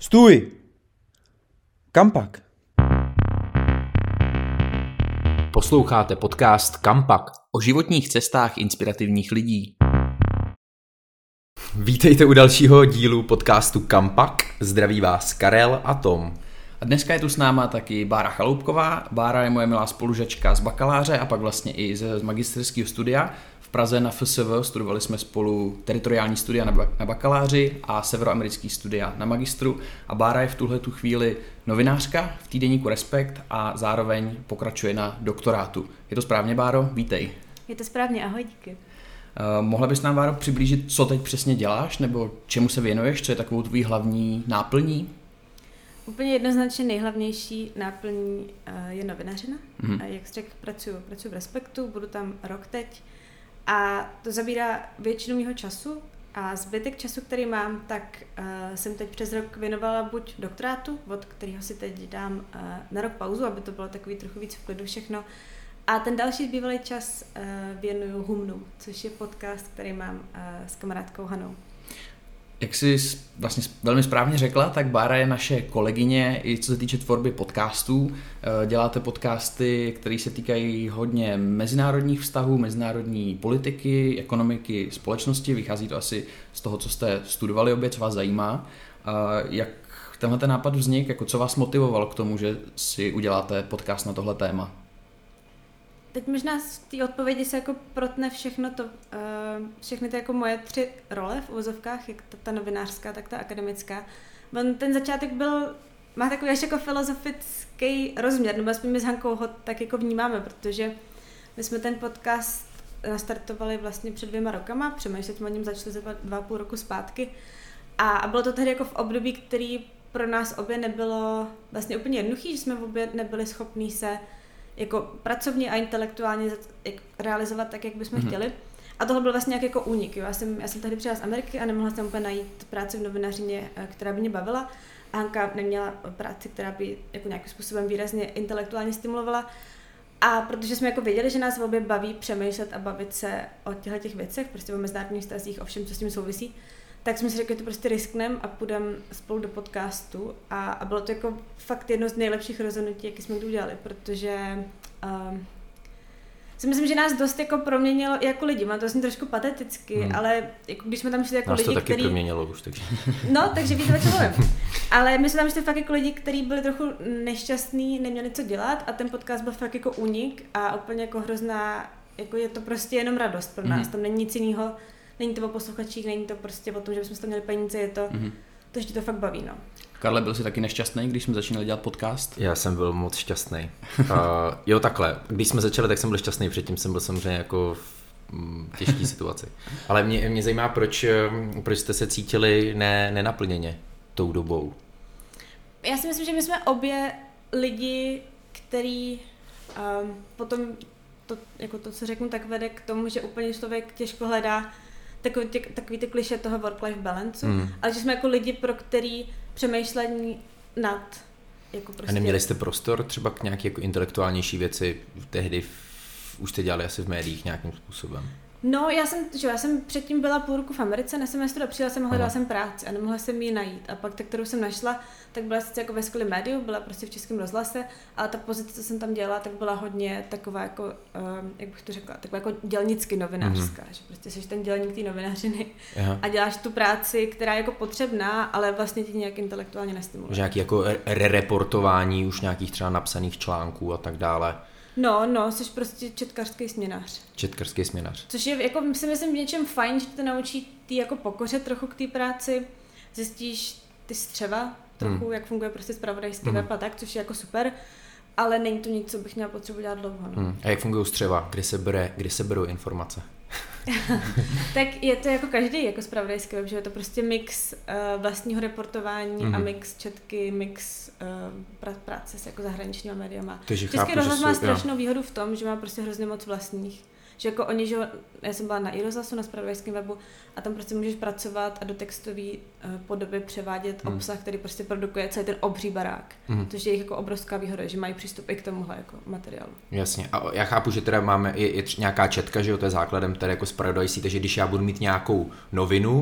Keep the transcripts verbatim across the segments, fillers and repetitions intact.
Stůj! Kam pak? Posloucháte podcast Kampak o životních cestách inspirativních lidí. Vítejte u dalšího dílu podcastu Kampak. Zdraví vás Karel a Tom. A dneska je tu s náma taky Bára Chaloupková. Bára je moje milá spolužačka z bakaláře a pak vlastně i z magisterského studia. V Praze na F S V studovali jsme spolu teritoriální studia na bakaláři a severoamerický studia na magistru. A Bára je v tuhle tu chvíli novinářka v týdeníku Respekt a zároveň pokračuje na doktorátu. Je to správně, Báro? Vítej. Je to správně, ahoj, díky. Uh, mohla bys nám, Báro, přiblížit, co teď přesně děláš, nebo čemu se věnuješ, co je takovou tvůj hlavní náplní? Úplně jednoznačně nejhlavnější náplní uh, je novinařina. Mm. A jak jsi řekl, pracuji, pracuji v Respektu, budu tam rok teď. A to zabírá většinu mýho času a zbytek času, který mám, tak uh, jsem teď přes rok věnovala buď doktorátu, od kterého si teď dám uh, na rok pauzu, aby to bylo takový trochu víc v klidu všechno. A ten další zbývalý čas uh, věnuju Humnu, což je podcast, který mám uh, s kamarádkou Hanou. Jak jsi vlastně velmi správně řekla, tak Bára je naše kolegyně i co se týče tvorby podcastů. Děláte podcasty, které se týkají hodně mezinárodních vztahů, mezinárodní politiky, ekonomiky, společnosti. Vychází to asi z toho, co jste studovali obě, co vás zajímá. Jak tenhle ten nápad vznikl, jako co vás motivovalo k tomu, že si uděláte podcast na tohle téma? Teď možná z té odpovědi se jako protne všechno to, uh, všechny ty jako moje tři role v uvozovkách, jak ta, ta novinářská, tak ta akademická. On ten začátek byl, má takový až jako filozofický rozměr, nebo aspoň my s Hankou ho tak jako vnímáme, protože my jsme ten podcast nastartovali vlastně před dvěma rokama, přemýšlet jsme o něm začali za dva, dva a půl roku zpátky a, a bylo to tehdy jako v období, který pro nás obě nebylo vlastně úplně jednoduchý, že jsme obě nebyli schopní se jako pracovně a intelektuálně realizovat tak, jak bychom mm-hmm. chtěli. A tohle byl vlastně nějaký jako únik. Jo. Já jsem, já jsem tehdy přijela z Ameriky a nemohla jsem úplně najít práci v novinařině, která by mě bavila. A Hanka neměla práci, která by jako nějakým způsobem výrazně intelektuálně stimulovala. A protože jsme jako věděli, že nás obě baví přemýšlet a bavit se o těchto těch věcech, prostě o mezinárodních vztazích, o všem, co s tím souvisí, tak jsme si řekli, že to prostě riskneme a půjdeme spolu do podcastu a, a bylo to jako fakt jedno z nejlepších rozhodnutí, jaké jsme kdy udělali, protože uh, si myslím, že nás dost jako proměnilo i jako lidi, má to zní trošku pateticky, hmm. ale jako když jsme tam šli jako nás lidi, to taky který... proměnilo už, takže... No, takže víte, o čem mluvím. Ale my jsme tam šli fakt jako lidi, kteří byli trochu nešťastní, neměli co dělat a ten podcast byl fakt jako únik a úplně jako hrozná, jako je to prostě jenom radost pro nás, hmm. tam není nic jiného. Není to o posluchačích, není to prostě o tom, že bychom si tam měli peníze, je to, mm-hmm. to, že ti to fakt baví, no. Karle, byl jsi taky nešťastný, když jsme začínali dělat podcast? Já jsem byl moc šťastný. Uh, jo, takhle. Když jsme začali, tak jsem byl šťastný, předtím jsem byl samozřejmě jako v těžké situaci. Ale mě, mě zajímá, proč, proč jste se cítili ne, nenaplněně tou dobou. Já si myslím, že my jsme obě lidi, který um, potom to, jako to, co řeknu, tak vede k tomu, že úplně člověk těžko hledá takový ty, takový ty klišé toho work-life balance, mm. ale že jsme jako lidi, pro který přemýšlení nad jako prostě... A neměli jste prostor třeba k nějaké jako intelektuálnější věci tehdy, v, už jste dělali asi v médiích nějakým způsobem? No, já jsem, že, já jsem předtím byla půl roku v Americe, na semestru a přijela jsem a hledala jsem práci a nemohla jsem ji najít. A pak ta, kterou jsem našla, tak byla sice jako ve skvělém médiu, byla prostě v Českém rozhlase, ale ta pozice, co jsem tam dělala, tak byla hodně taková jako, um, jak bych to řekla, taková jako dělnicky novinářská, mm-hmm. že prostě jsi ten dělník té novinařiny Aha. a děláš tu práci, která je jako potřebná, ale vlastně ti nějak intelektuálně nestimuluje. Že nějaký jako re-reportování už nějakých třeba napsaných článků a tak dále. No, no, jsi prostě četkařský směnář. Četkařský směnář. Což je, jako, si myslím, v něčem fajn, že te naučí ty jako pokoře trochu k té práci, zjistíš ty střeva trochu, hmm. jak funguje prostě zpravodajský hmm. web a tak, což je jako super, ale není to nic, co bych měla potřebu dělat dlouho. No. Hmm. A jak fungují střeva? Kdy se, bere, kdy se berou informace? Tak je to jako každý jako zpravodajský web, že je to prostě mix uh, vlastního reportování mm-hmm. a mix četky, mix uh, práce s jako zahraničníma médiama. Český rozhlas má strašnou jo. výhodu v tom, že má prostě hrozně moc vlastních. Že jako oni, že já jsem byla na iRozhlasu, na zpravodajském webu a tam prostě můžeš pracovat a do textové uh, podoby převádět hmm. obsah, který prostě produkuje celý ten obří barák. Hmm. Což je jich jako obrovská výhoda, že mají přístup i k tomuhle jako materiálu. Jasně. A já chápu, že teda máme i, i nějaká četka, že jo, to je základem teda jako zpravodajství, takže když já budu mít nějakou novinu,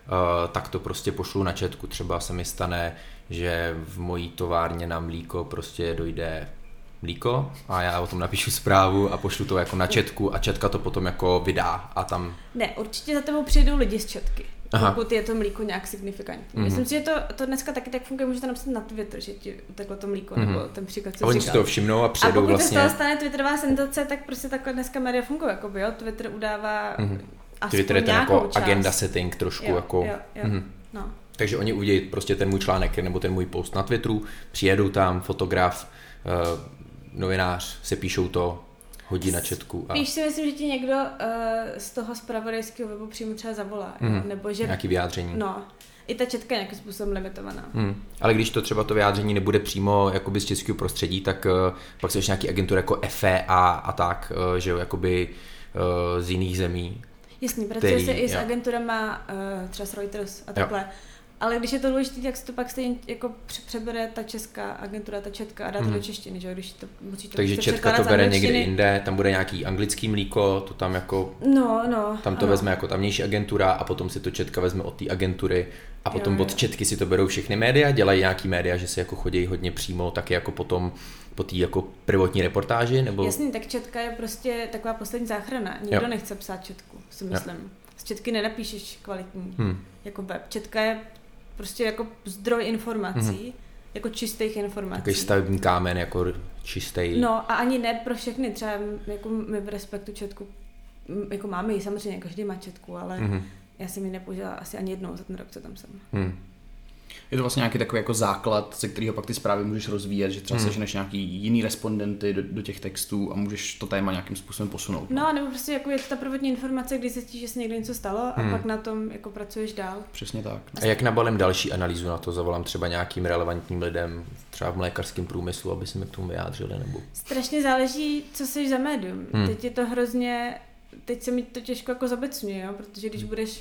tak to prostě pošlu na četku. Třeba se mi stane, že v mojí továrně na mlíko prostě dojde mlíko a já o tom napíšu zprávu a pošlu to jako na četku a četka to potom jako vydá a tam... Ne, určitě za tebou přijdou lidi z četky. Aha. Pokud je to mlíko nějak signifikantní. Mm-hmm. Myslím si, že to, to dneska taky tak funguje, můžete napsat na Twitter, že ti uteklo to mlíko, mm-hmm. nebo ten příklad, co a oni si toho všimnou a přijedou vlastně... A pokud vlastně... se z toho stane twitterová senzace, tak prostě takhle dneska média fungují, jakoby, jo? Twitter udává mm-hmm. aspoň Twitter je ten jako část. agenda setting trošku jo, jako... Jo, jo, mm-hmm. no. Takže oni uvidějí prostě ten můj článek nebo ten můj post na Twitteru, přijedou tam, fotograf, uh, novinář, se píšou to, hodí na četku. A... Spíš si myslím, že ti někdo uh, z toho zpravodajského webu přímo třeba zavolá. Mm. Nebo že... Nějaký vyjádření. No, i ta četka je nějakým způsobem limitovaná. Mm. Ale když to třeba to vyjádření nebude přímo jakoby z českého prostředí, tak uh, pak se ještě nějaký agentura jako F E A a tak, uh, že jo, jakoby uh, z jiných zemí. Jasně, pracuje se i s agenturama, uh, třeba s Reuters a takhle. Jo. Ale když je to důležité, tak se to pak stejně jako přebere ta česká agentura, ta četka a dá to mm. do češtiny, že když to musí to takže četka to bere někde jinde, tam bude nějaký anglický mlíko, to tam jako no, no, tam to ano. vezme jako tamnější agentura a potom si to četka vezme od té agentury a potom jo, jo. od četky si to berou všechny média, dělají nějaký média, že si jako chodí hodně přímo, taky jako potom po té jako prvotní reportáži, nebo... Jasně, tak četka je prostě taková poslední záchrana, nikdo jo. nechce psát četku, si myslím. Jo. Z četky nenapíšeš kvalitní hmm. jako web, četka je prostě jako zdroj informací, mm-hmm. jako čistých informací. Takový stavební kámen, jako čistý. No a ani ne pro všechny, třeba jako my v Respektu četku, jako máme ji samozřejmě, každý má četku, ale mm-hmm. já jsem ji nepoužila asi ani jednou za ten rok, co tam jsem. Mm. Je to vlastně nějaký takový jako základ, ze kterého pak ty zprávy můžeš rozvíjet, že třeba mm. seženeš nějaký jiný respondenty do, do těch textů a můžeš to téma nějakým způsobem posunout. No, nebo prostě jako je to ta prvotní informace, kdy zjistíš, že se někde něco stalo a mm. pak na tom jako pracuješ dál. Přesně tak. No. A jak nabalím další analýzu na to? Zavolám třeba nějakým relevantním lidem, třeba v mlékařském průmyslu, aby se mi k tomu vyjádřili, nebo? Strašně záleží, co jsi za médium. Mm. Teď je to hrozně, teď se mi to těžko jako zabecňuje, jo? Protože když budeš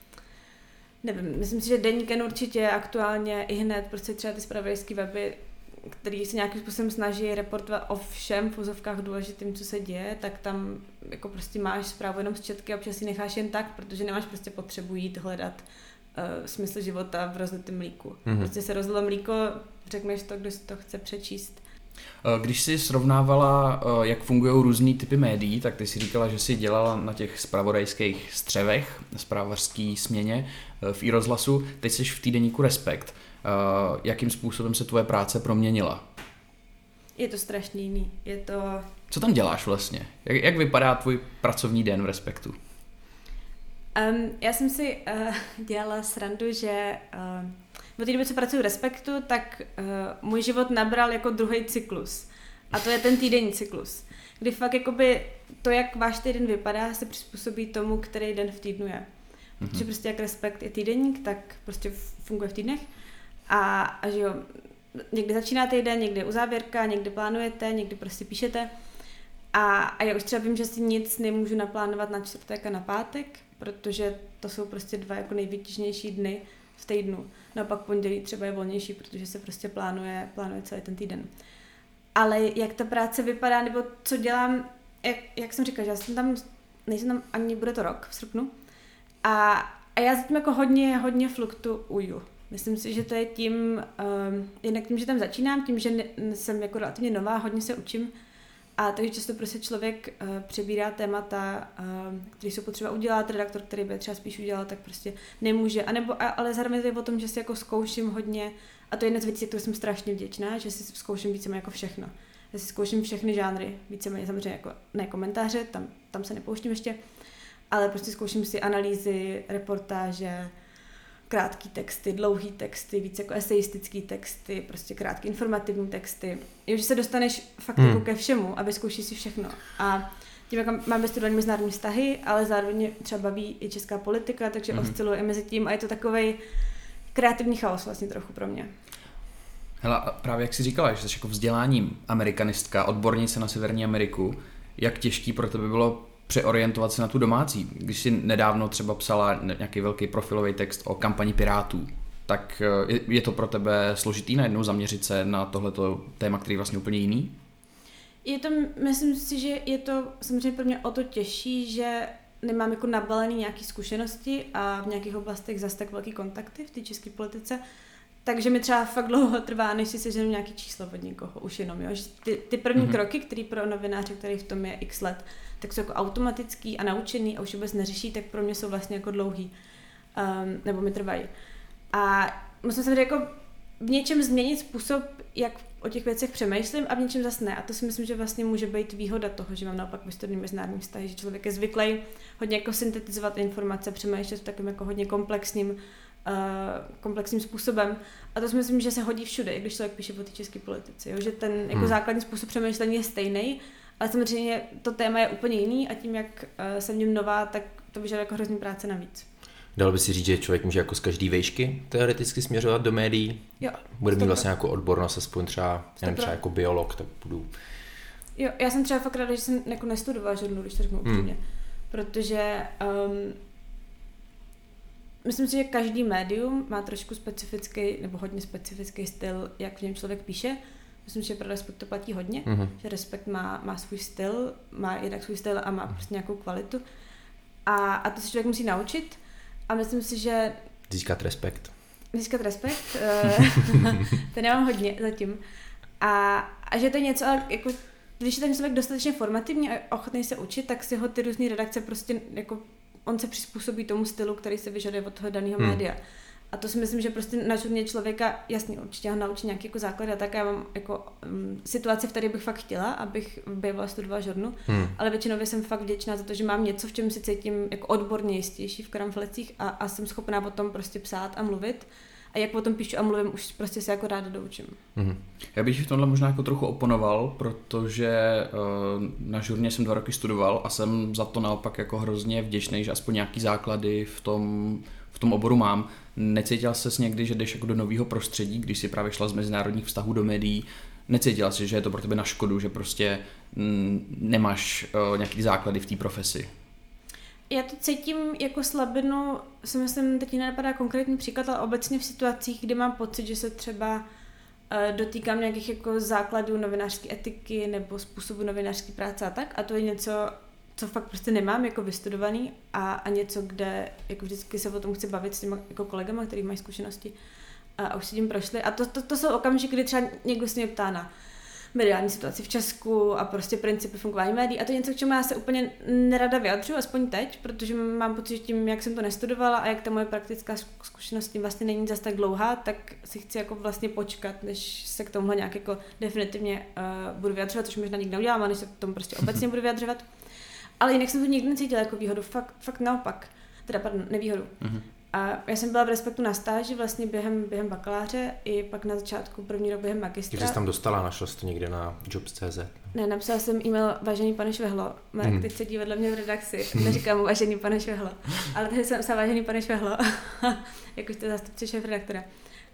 nevím, myslím si, že Deník N určitě aktuálně i hned, prostě třeba ty zpravodajské weby, který se nějakým způsobem snaží reportovat o všem v uvozovkách důležitým, co se děje, tak tam jako prostě máš zprávu jenom z četky a občas si necháš jen tak, protože nemáš prostě potřebu jít hledat uh, smysl života v rozlitém mlíku. Mm-hmm. Prostě se rozlilo mlíko, řekneš to, kdo si to chce přečíst. Když jsi srovnávala, jak fungují různý typy médií, tak ty si říkala, že jsi dělala na těch zpravodajských střevech, zpravodařský směně v iRozhlasu, teď jsi v týdeníku Respekt. Jakým způsobem se tvoje práce proměnila? Je to strašně jiný. Je to... Co tam děláš vlastně? Jak, jak vypadá tvůj pracovní den v Respektu? Um, já jsem si uh, dělala srandu, že uh, od té doby, co pracuji v Respektu, tak uh, můj život nabral jako druhý cyklus. A to je ten týdenní cyklus. Kdy fakt jakoby to, jak váš týden vypadá, se přizpůsobí tomu, který den v týdnu je. Mm-hmm. Protože prostě jak Respekt je týdeník, tak prostě funguje v týdnech. A, a že jo, někdy začíná týden, někdy je uzávěrka, někdy plánujete, někdy prostě píšete. A, a já už třeba vím, že si nic nemůžu naplánovat na čtvrtek a na pátek, protože to jsou prostě dva jako nejvytížnější dny v týdnu. No a pak pondělí třeba je volnější, protože se prostě plánuje, plánuje celý ten týden. Ale jak ta práce vypadá, nebo co dělám, jak, jak jsem říkala, že já jsem tam, nejsem tam ani bude to rok v srpnu. A, a já zatím jako hodně, hodně fluktuuju. Myslím si, že to je tím, um, jednak tím, že tam začínám, tím, že ne, jsem jako relativně nová, hodně se učím. A takže často prostě člověk uh, přebírá témata, uh, které jsou potřeba udělat, redaktor, který by třeba spíš udělal, tak prostě nemůže. A nebo, a, ale zároveň to je o tom, že si jako zkouším hodně, a to je jedna z věcí, kterou jsem strašně vděčná, že si zkouším víceméně jako všechno. Že si zkouším všechny žánry, víceméně samozřejmě jako ne komentáře, tam, tam se nepouštím ještě, ale prostě zkouším si analýzy, reportáže, krátký texty, dlouhý texty, víc jako eseistický texty, prostě krátký informativní texty. Jo, že se dostaneš fakt hmm. jako ke všemu a vyzkoušíš si všechno. A tím, jak mám vystudovaný mezinárodní vztahy, ale zároveň třeba baví i česká politika, takže hmm. osciluje i mezi tím a je to takovej kreativní chaos vlastně trochu pro mě. Hele, právě jak jsi říkala, že jsi jako vzděláním amerikanistka, odbornice na Severní Ameriku, jak těžký pro tebe bylo přeorientovat se na tu domácí. Když jsi nedávno třeba psala nějaký velký profilový text o kampani Pirátů, tak je to pro tebe složitý najednou zaměřit se na tohleto téma, který je vlastně úplně jiný? Je to, myslím si, že je to samozřejmě pro mě o to těžší, že nemám jako nabalený nějaký zkušenosti a v nějakých oblastech zase tak velký kontakty v té české politice, takže mi třeba fakt dlouho trvá, než si seženu nějaký číslo od někoho, už jenom, jo. Že ty, ty první mm-hmm. kroky, které pro novináře, který v tom je x let, tak jsou jako automatický a naučený a už vůbec neřeší, tak pro mě jsou vlastně jako dlouhý, um, nebo mi trvají. A musím se jako v něčem změnit způsob, jak o těch věcech přemýšlím a v něčem zase ne. A to si myslím, že vlastně může být výhoda toho, že mám naopak vystudovaný mezinárodní vztahy, že člověk je zvyklý hodně jako syntetizovat informace, přemýšlet v takovým jako hodně komplexním, uh, komplexním způsobem. A to si myslím, že se hodí všude, i když člověk píše o té české politice. Jo? Že ten jako hmm. základní způsob přemýšlení je stejný, ale samozřejmě to téma je úplně jiný a tím, jak uh, jsem v něm nová, tak to vyžaduje jako hrozný práce navíc. Dalo by si říct, že člověk může jako z každý vejšky teoreticky směřovat do médií? Jo. Bude mít vlastně nějakou odbornost, aspoň třeba, nevím, třeba jako biolog, tak budu... Jo, já jsem třeba fakt ráda, že jsem jako nestudovala žurnalistiku, když to řeknu upřímně, hmm. protože um, myslím si, že každý médium má trošku specifický, nebo hodně specifický styl, jak v něm člověk píše. Myslím, že pro Respekt to platí hodně, hmm. že Respekt má, má svůj styl, má jednak svůj styl a má prostě nějakou kvalitu. A, a to se člověk musí naučit. A myslím si, že... Získat respekt. Získat respekt. To nemám hodně zatím. A, a že to je něco, jako, když je ten člověk dostatečně formativní a ochotný se učit, tak si ho ty různé redakce prostě, jako, on se přizpůsobí tomu stylu, který se vyžaduje od toho daného hmm. média. A to si myslím, že prostě naučit člověka, jasně, určitě ho naučí nějaký jako základy a tak já mám jako um, situace, v které bych fakt chtěla, abych bývala studovala žurnu, hmm. ale většinou jsem fakt vděčná za to, že mám něco, v čem si cítím jako odborně jistější v kramflecích a, a jsem schopná o tom prostě psát a mluvit. A jak o tom píšu a mluvím, už prostě se jako ráda doučím. Mm-hmm. Já bych v tomhle možná jako trochu oponoval, protože uh, na žurně jsem dva roky studoval a jsem za to naopak jako hrozně vděčný, že aspoň nějaký základy v tom, v tom oboru mám. Necítila ses někdy, že jdeš jako do nového prostředí, když si právě šla z mezinárodních vztahů do médií, necítila jsi, že je to pro tebe na škodu, že prostě mm, nemáš uh, nějaký základy v té profesi? Já to cítím jako slabinu, si myslím, teď nenapadá konkrétní příklad, ale obecně v situacích, kdy mám pocit, že se třeba uh, dotýkám nějakých jako základů novinářské etiky nebo způsobu novinářské práce a tak. A to je něco, co fakt prostě nemám jako vystudovaný a, a něco, kde jako vždycky se o tom chci bavit s těma jako kolegama, který mají zkušenosti a, a už si tím prošli. A to, to, to jsou okamžiky, kdy třeba někdo se mě ptá na mediální situaci v Česku a prostě principy fungování médií. A to je něco, k čemu já se úplně nerada vyjadřuju, aspoň teď, protože mám pocit, že tím, jak jsem to nestudovala a jak ta moje praktická zkušenost tím vlastně není zas tak dlouhá, tak si chci jako vlastně počkat, než se k tomuhle nějak jako definitivně uh, budu vyjadřovat, což možná nikdy neudělám, a než se k tomu prostě obecně budu vyjadřovat. Ale jinak jsem to nikdy necítila jako výhodu, fakt, fakt naopak. Teda, pardon, nevýhodu. Mm-hmm. A já jsem byla v Respektu na stáži vlastně během, během bakaláře i pak na začátku první rok během magistra. Když jsi tam dostala, našla jsi to někde na jobs tečka cé zet? Ne, napsala jsem e-mail vážený pane Švehlo. Marek hmm. teď sedí vedle mě v redakci. Neříkám mu vážený pane Švehlo. Ale tady jsem napsala vážený pane Švehlo. Jak už to zástupce šéfredaktora.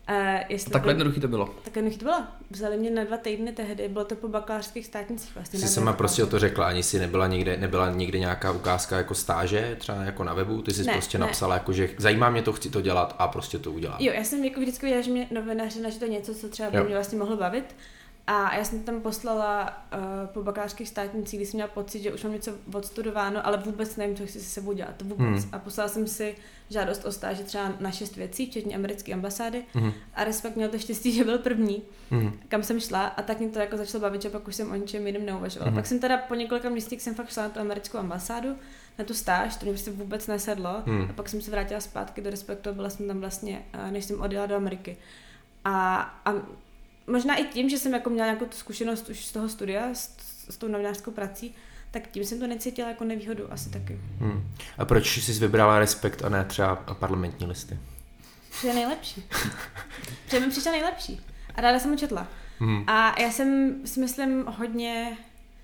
Uh, Takhle jednoduchý to bylo. Takhle jednoduchý to bylo. Vzali mě na dva týdny tehdy, bylo to po bakalářských státnicích vlastně. Jsi sama prostě o to řekla, ani si nebyla někde, nebyla někde nějaká ukázka jako stáže, třeba jako na webu, ty jsi ne, prostě ne. napsala jako, že zajímá mě to, chci to dělat a prostě to udělám. Jo, já jsem jako vždycky viděla, že mě novinářina, že to je něco, co třeba by mě vlastně mohlo bavit. A já jsem tam poslala uh, po bakalářských státnicích, když jsem měla pocit, že už mám něco odstudováno, ale vůbec nevím, co chci se sebou dělat. To vůbec. Hmm. A poslala jsem si žádost o stáži třeba na šest věcí, včetně americké ambasády. Hmm. A Respekt měl to štěstí, že byl první, hmm. kam jsem šla. A tak mě to jako začalo bavit, že pak už jsem o ničem jiném neuvažovala. Hmm. Pak jsem teda po několika měsících jsem fakt šla na tu americkou ambasádu, na tu stáž, to mě prostě vůbec nesedlo. Hmm. A pak jsem se vrátila zpátky do Respektu a byla jsem tam vlastně, než jsem odjela do Ameriky. A, a možná i tím, že jsem jako měla nějakou tu zkušenost už z toho studia, s, s tou novinářskou prací, tak tím jsem to necítila jako nevýhodu asi taky. Hmm. A proč jsi vybrala Respekt a ne třeba parlamentní listy? Protože je nejlepší. Protože mi přišla nejlepší. A ráda jsem ho četla. Hmm. A já jsem si myslím hodně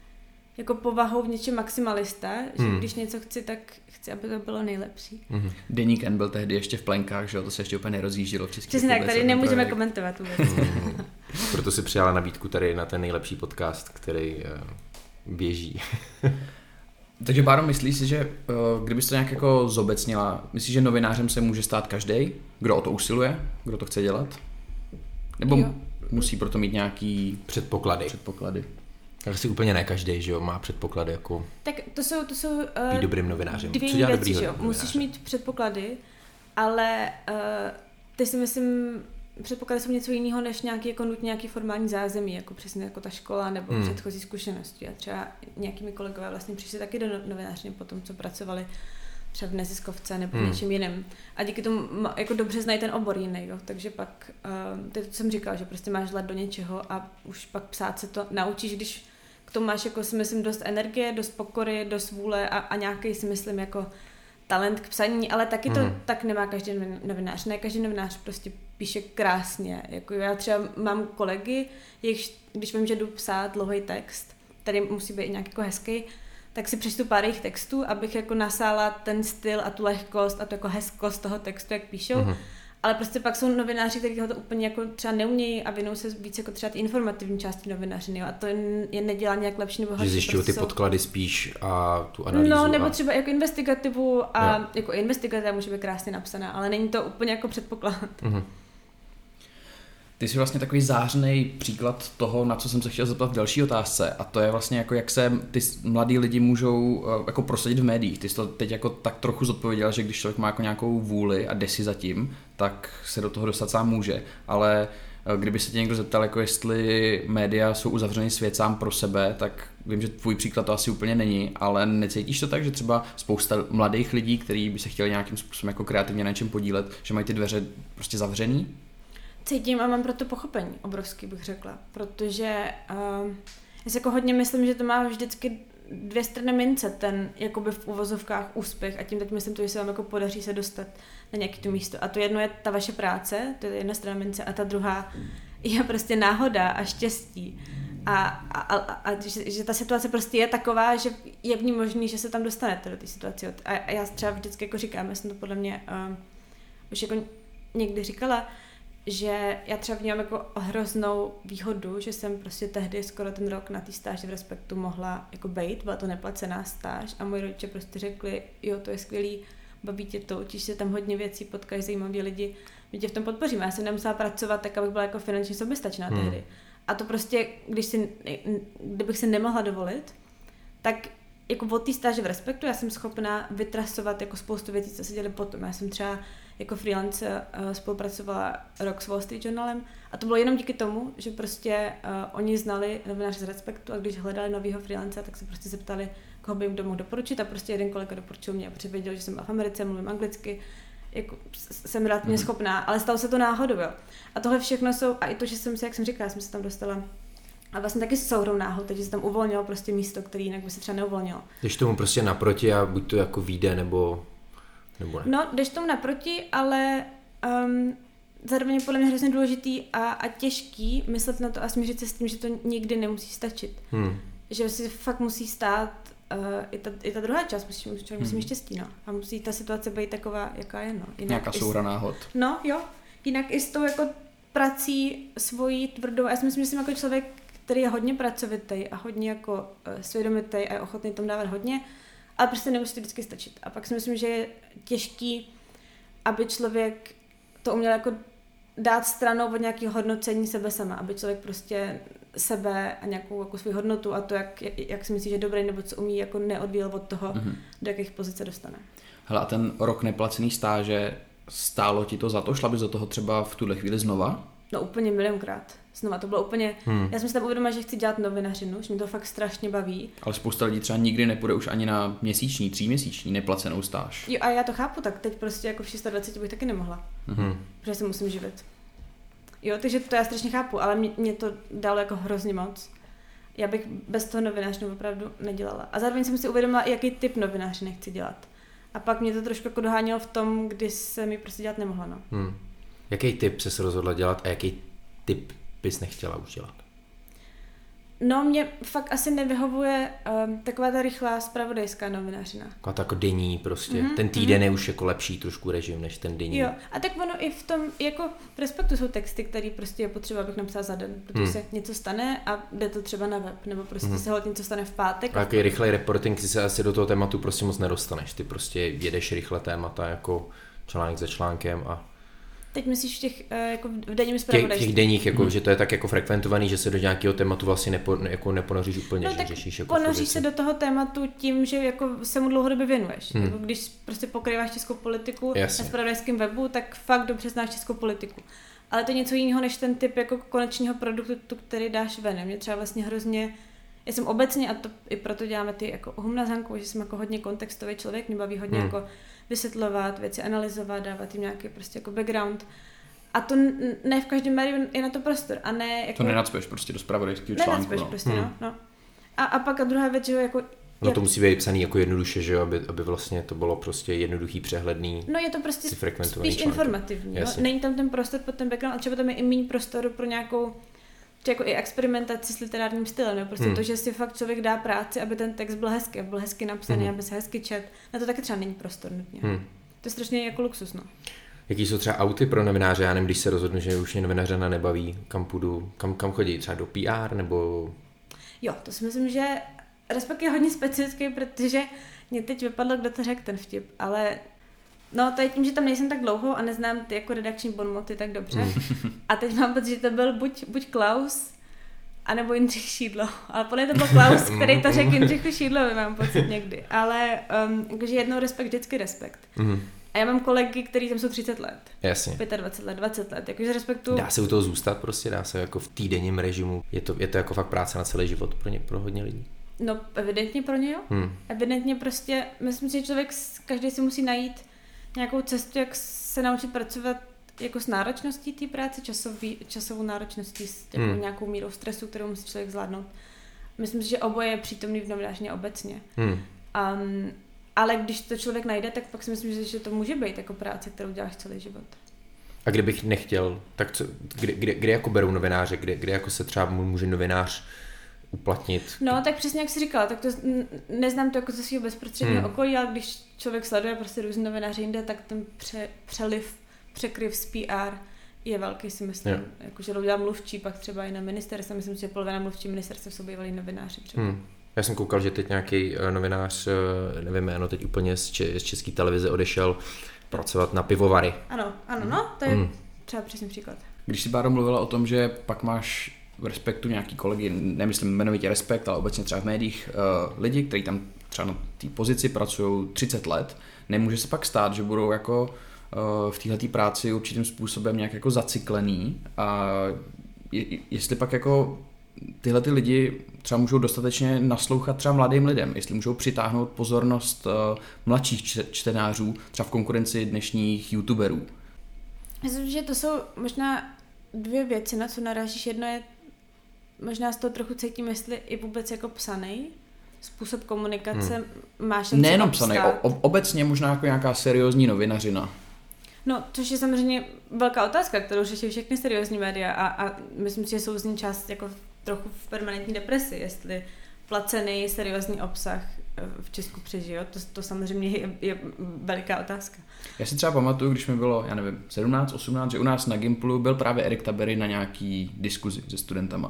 jako povahou v něčem maximalista, že hmm. když něco chci, tak chci, aby to bylo nejlepší. Hmm. Deník N byl tehdy ještě v plenkách, že jo? To se ještě úplně nerozjíždělo v České republice. Přesně tak, tady nemůžeme projekt. komentovat vůbec. Hmm. Proto si přijala nabídku tady na ten nejlepší podcast, který uh, běží. Takže Báro, myslíš si, že uh, kdybys to nějak jako zobecnila, myslíš, že novinářem se může stát každý, kdo o to usiluje, kdo to chce dělat? Nebo jo. musí proto mít nějaký předpoklady? předpoklady? Tak si úplně ne každý, že jo, má předpoklady jako Tak to jsou, to jsou uh, být dobrým novinářem. dvě Co dělá věci, dobrýho že jo? novináře? Musíš mít předpoklady, ale uh, ty si myslím, předpoklady jsou něco jiného, než nějaký, jako nutně nějaký formální zázemí, jako přesně jako ta škola nebo Hmm. předchozí zkušenosti. A třeba nějakými kolegové vlastně přišli taky do novinářiny po tom, co pracovali třeba v neziskovce nebo Hmm. něčím jiným. A díky tomu ma- jako dobře znají ten obor jiný, jo. Takže pak, uh, to je to, co jsem říkala, že prostě máš let do něčeho a už pak psát se to naučíš, když k tomu máš, jako si myslím, dost energie, dost pokory, dost vůle a, a nějaký si myslím jako talent k psaní, ale taky to Hmm. tak nemá každý novinář. Ne každý novinář prostě píše krásně. Jako já třeba mám kolegy, jejichž, když vím, že jdu psát dlouhý text, tady musí být nějaký jako hezký, tak si přečtu pár jejich textů, abych jako nasála ten styl a tu lehkost a tu jako hezkost toho textu, jak píšou. Mhm. Ale prostě pak jsou novináři, kteří to úplně jako třeba neumějí a věnují se víc jako třeba ty informativní části novinařiny. Jo. A to je nedělá nějak lepší nebo horší. Že zjišťují ty jsou- podklady spíš a tu analýzu. No, nebo a... třeba jako investigativu a Jo. jako investigativa může být krásně napsaná, ale není to úplně jako předpoklad. Mhm. Ty jsi vlastně takový zářnej příklad toho, na co jsem se chtěl zeptat v další otázce, a to je vlastně jako jak se ty mladí lidi můžou eh, jako prosadit v médiích. Ty jsi to teď jako tak trochu zodpověděl, že když člověk má jako nějakou vůli a jde si za tím, tak se do toho dostat sám může, ale eh, kdyby se tě někdo zeptal, jako jestli média jsou uzavřený svět sám pro sebe, tak vím, že tvůj příklad to asi úplně není, ale necítíš to tak, že třeba spousta mladých lidí, kteří by se chtěli nějakým způsobem jako kreativně na něčem podílet, že mají ty dveře prostě zavřený? Cítím a mám pro to pochopení, obrovský bych řekla, protože uh, já si jako hodně myslím, že to má vždycky dvě strany mince, ten jakoby v uvozovkách úspěch a tím teď myslím to, že se vám jako podaří se dostat na nějaké to místo. A to jedno je ta vaše práce, to je jedna strana mince a ta druhá je prostě náhoda a štěstí. A, a, a, a že, že ta situace prostě je taková, že je v ní možný, že se tam dostanete do té situace. A, a já třeba vždycky jako říkám, já jsem to podle mě uh, už jako někdy říkala, že já třeba vnímám jako hroznou výhodu, že jsem prostě tehdy skoro ten rok na té stáži v Respektu mohla jako bejt, byla to neplacená stáž a moji rodiče prostě řekli, jo, to je skvělý, baví tě to, učíš se tam hodně věcí, potkáš zajímaví lidi, my tě v tom podpoříme. Já jsem nemusela pracovat tak, abych byla jako finančně soběstačná Hmm. tehdy. A to prostě, když si, kdybych si nemohla dovolit, tak jako od té stáže v Respektu já jsem schopná vytrasovat jako spoustu věcí, co se děly potom. Já jsem třeba jako freelance uh, spolupracovala rok s Wall Street Journalem a to bylo jenom díky tomu, že prostě uh, oni znali novináře z Respektu a když hledali novýho freelance, tak se prostě zeptali, koho by jim to mohl doporučit a prostě jeden kolega doporučil mě a protože věděl, že jsem v Americe, mluvím anglicky, jako jsem relativně mm. schopná, ale stalo se to náhodou, jo. A tohle všechno jsou, a i to, že jsem se, jak jsem říkala, jsem se tam dostala a vlastně taky s souhrou náhod, takže se tam uvolnilo prostě místo, který jinak by se třeba neuvolnilo. Když tomu prostě naproti a buď to jako vyjde, nebo, nebo ne. No, jdeš tomu naproti, ale um, zároveň je podle mě hrozně důležitý a, a těžký myslet na to a smířit se s tím, že to nikdy nemusí stačit. Hmm. Že si fakt musí stát uh, i, ta, i ta druhá část, musí, člověk musí Hmm. mít štěstí, no. A musí ta situace být taková, jaká je, no. Jinak Nějaká i s- souhra náhod. No, jo. Jinak i s tou jako prací svojí tvrdou. Já si myslím, že jsem jako člověk, který je hodně pracovitý a hodně jako uh, svědomitý a je ochotný tomu dávat hodně, ale prostě nemusí to vždycky stačit. A pak si myslím, že je těžký, aby člověk to uměl jako dát stranou od nějakého hodnocení sebe sama, aby člověk prostě sebe a nějakou jako svou hodnotu a to, jak, jak si myslí, že je dobrý nebo co umí, jako neodvíjel od toho, Mhm. do jakých pozic se dostane. Hele, a ten rok neplacený stáže, stálo ti to za to? Šla bys do toho třeba v tuhle chvíli znova? No úplně milionkrát. Znova to bylo úplně, Hmm. já jsem si tam uvědomila, že chci dělat novinařinu, že mě to fakt strašně baví. Ale spousta lidí třeba nikdy nepůjde už ani na měsíční, tříměsíční neplacenou stáž. Jo, a já to chápu, tak teď prostě jako v dvaceti šesti bych taky nemohla, Hmm. protože se musím živit. Jo, takže to já strašně chápu, ale mě, mě to dalo jako hrozně moc. Já bych bez toho novinářinu opravdu nedělala. A zároveň jsem si uvědomila, jaký typ novinářiny chci dělat. A pak mě to trošku jako dohánělo v tom, kdy jsem ji prostě dělat nemohla, no. Hmm. Jaký typ jsi se rozhodla dělat a jaký typ bys nechtěla už dělat? No, mě fakt asi nevyhovuje um, taková ta rychlá zpravodajská novinařina. Taková ta jako denní prostě. Mhm, Ten týden je už jako lepší trošku režim než ten denní. Jo, a tak ono i v tom, jako v Respektu jsou texty, které prostě je potřeba, abych napsala za den, protože Hmm. se něco stane a jde to třeba na web, nebo prostě Hmm. se holt něco stane v pátek. A jaký rychlej reporting, si se asi do toho tématu prostě moc nedostaneš. Ty prostě jedeš rychle témata jako článek za článkem a Teď myslíš v těch, jako v denním těch, zpravodajství? těch denních, jako, hmm. že to je tak jako frekventovaný, že se do nějakého tématu vlastně nepo, jako neponoříš úplně, no, že tak řešíš jako ponoříš se do toho tématu tím, že jako se mu dlouhodobě věnuješ. Hmm. Jako když prostě pokrýváš českou politiku Jasně. na zpravodajském webu, tak fakt dobře znáš českou politiku. Ale to je něco jiného než ten typ jako konečného produktu, který dáš ven. Mě třeba vlastně hrozně, já jsem obecně, a to i proto děláme ty jako Humna s Hankou, že jsem jako hodně kontextový člověk, mě baví hodně hmm. jako vysvětlovat věci, analyzovat, dávat jim nějaký prostě jako background. A to ne v každém médiu je na to prostor. A ne jako... To nenacpeš prostě do zpravodajského článku. Nenacpeš no. prostě, hmm. no. no. A, a pak a druhá věc, že jako... No to musí být psaný jako jednoduše, že jo, aby, aby vlastně to bylo prostě jednoduchý, přehledný. No je to prostě spíš články. Informativní. No? Není tam ten prostor pod ten background a třeba tam je i méně prostoru pro nějakou jako i experimentaci s literárním stylem. No? Prostě hmm. to, že si fakt člověk dá práci, aby ten text byl hezký, byl hezky napsaný, hmm. aby se hezky čet. Na to taky třeba není prostor nutně. Hmm. To je strašně jako luxus, no. Jaký jsou třeba auty pro novináře? Já nevím, když se rozhodnu, že už mě novinářina nebaví, kam půjdu, kam, kam chodí? Třeba do P R nebo... Jo, to si myslím, že respekt je hodně specifický, protože mě teď vypadlo, kdo to řekl ten vtip, ale no to je tím, že tam nejsem tak dlouho a neznám ty jako redakční bonmoty tak dobře. Mm. A teď mám pocit, že to byl buď, buď Klaus, anebo Jindřich Šídlo. Ale podle to byl Klaus, který to řekl Jindřichu Šídlovi, mám pocit někdy. Ale um, jakože jednou respekt, vždycky respekt. Mm. A já mám kolegy, kteří tam jsou třicet let. Jasně. dvacet pět let, dvacet let. Jakože respektu... Dá se u toho zůstat prostě, dá se jako v týdenním režimu. Je to, je to jako fakt práce na celý život pro, ně, pro hodně lidí. No evidentně pro ně jo. Hmm. Evidentně prostě, myslím si, že člověk, každý si musí najít nějakou cestu, jak se naučit pracovat jako s náročností té práce, časový, časovou náročností, s jako hmm. nějakou mírou stresu, kterou musí člověk zvládnout. Myslím si, že oboje je přítomný v novinářině obecně. Hmm. Um, ale když to člověk najde, tak pak si myslím, že to může být jako práce, kterou děláš celý život. A kdybych nechtěl, tak co, kde, kde, kde jako berou novináře, kde, kde jako se třeba může novinář uplatnit? No, tak přesně jak jsi říkala, tak to neznám to jako ze svého bezprostředního hmm. okolí, ale když člověk sleduje prostě různý novináři jinde, tak ten pře, přeliv, překryv z P R je velký, si myslím. Yeah. Jakože udělá mluvčí, pak třeba i na ministerstve, myslím si, že polovina mluvčí ministerstva jsou bývalí novináři třeba. Hmm. Já jsem koukal, že teď nějaký novinář, nevím jméno, teď úplně z, če- z České televize odešel pracovat na pivovary. Ano, ano, no, to je hmm. třeba přesný příklad. Když si Báro mluvila o tom, že pak máš v Respektu nějaký kolegy, nemyslím jmenovitě Respekt, ale obecně třeba v médiích, uh, lidi, kteří tam třeba na té pozici pracují třicet let, nemůže se pak stát, že budou jako uh, v téhletý práci určitým způsobem nějak jako zacyklený a je, jestli pak jako tyhle ty lidi třeba můžou dostatečně naslouchat třeba mladým lidem, jestli můžou přitáhnout pozornost uh, mladších čtenářů, třeba v konkurenci dnešních youtuberů. Myslím, že to jsou možná dvě věci, na co narážíš. Jedno je, možná z toho trochu cítím, jestli i vůbec jako psanej způsob komunikace hmm. máš šanci nejenom psanej, o, obecně možná jako nějaká seriózní novinařina. No, což je samozřejmě velká otázka, kterou řeší všechny seriózní média a, a myslím si, že jsou z ní část jako trochu v permanentní depresi, jestli placený seriózní obsah v Česku přežije. To, to samozřejmě je, je veliká otázka. Já si třeba pamatuju, když mi bylo, já nevím, sedmnáct, osmnáct, že u nás na Gimplu byl právě Erik Tabery na nějaký diskuzi se studentama.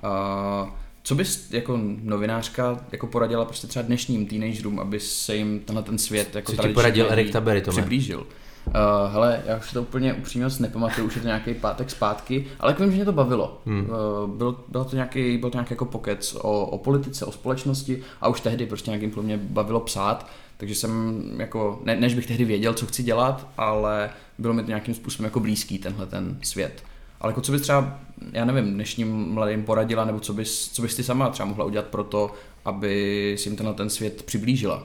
Uh, co bys jako novinářka jako poradila prostě třeba dnešním teenagerům, aby se jim tenhle ten svět jako co ti poradil Erik Tabery, Tome? Přiblížil? Uh, hele, já už to úplně upřímně nepamatuju, už je to nějaký pátek zpátky, ale vím, že mě to bavilo. Hmm. Uh, byl, byl to nějaký, byl to nějaký jako pokec o, o politice, o společnosti a už tehdy prostě nějakým mě bavilo psát, takže jsem jako, ne, než bych tehdy věděl, co chci dělat, ale bylo mi to nějakým způsobem jako blízký tenhle ten svět. Ale jako co bys třeba, já nevím, dnešním mladým poradila, nebo co bys, co bys ty sama třeba mohla udělat pro to, aby si jim tenhle ten svět přiblížila?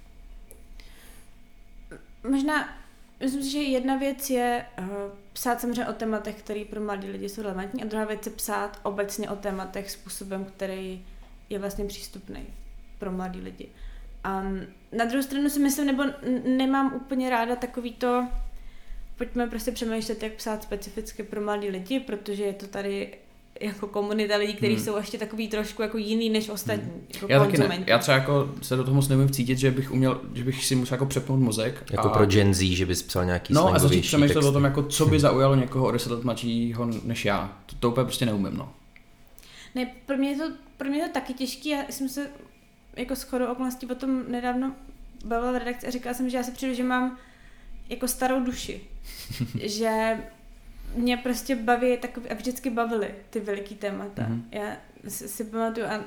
Možná myslím si, že jedna věc je uh, psát samozřejmě o tématech, které pro mladí lidi jsou relevantní, a druhá věc je psát obecně o tématech způsobem, který je vlastně přístupný pro mladí lidi. Um, na druhou stranu si myslím, nebo n- nemám úplně ráda takový to, pojďme prostě přemýšlet, jak psát specificky pro mladí lidi, protože je to tady jako komunita lidí, kteří hmm. jsou ještě takový trošku jako jiný než ostatní. Hmm. Jako já taky ne. Já třeba jako se do toho moc neumím vcítit, že bych uměl, že bych si musel jako přepnout mozek. Jako a... pro Gen Z, že bys psal nějaký no, slangovější a začít přemýšlet texty. o tom, jako co by zaujalo někoho o deset let mladšího než já. To, to úplně prostě neumím, no. Ne, pro mě je to, pro mě je to taky těžký. Já jsem se jako shodou okolností potom nedávno bavila v redakci a říkala jsem, že já si přijdu, že mám jako starou duši. že mě prostě baví takový, a vždycky bavily ty veliký témata. Mm-hmm. Já si, si pamatuju, a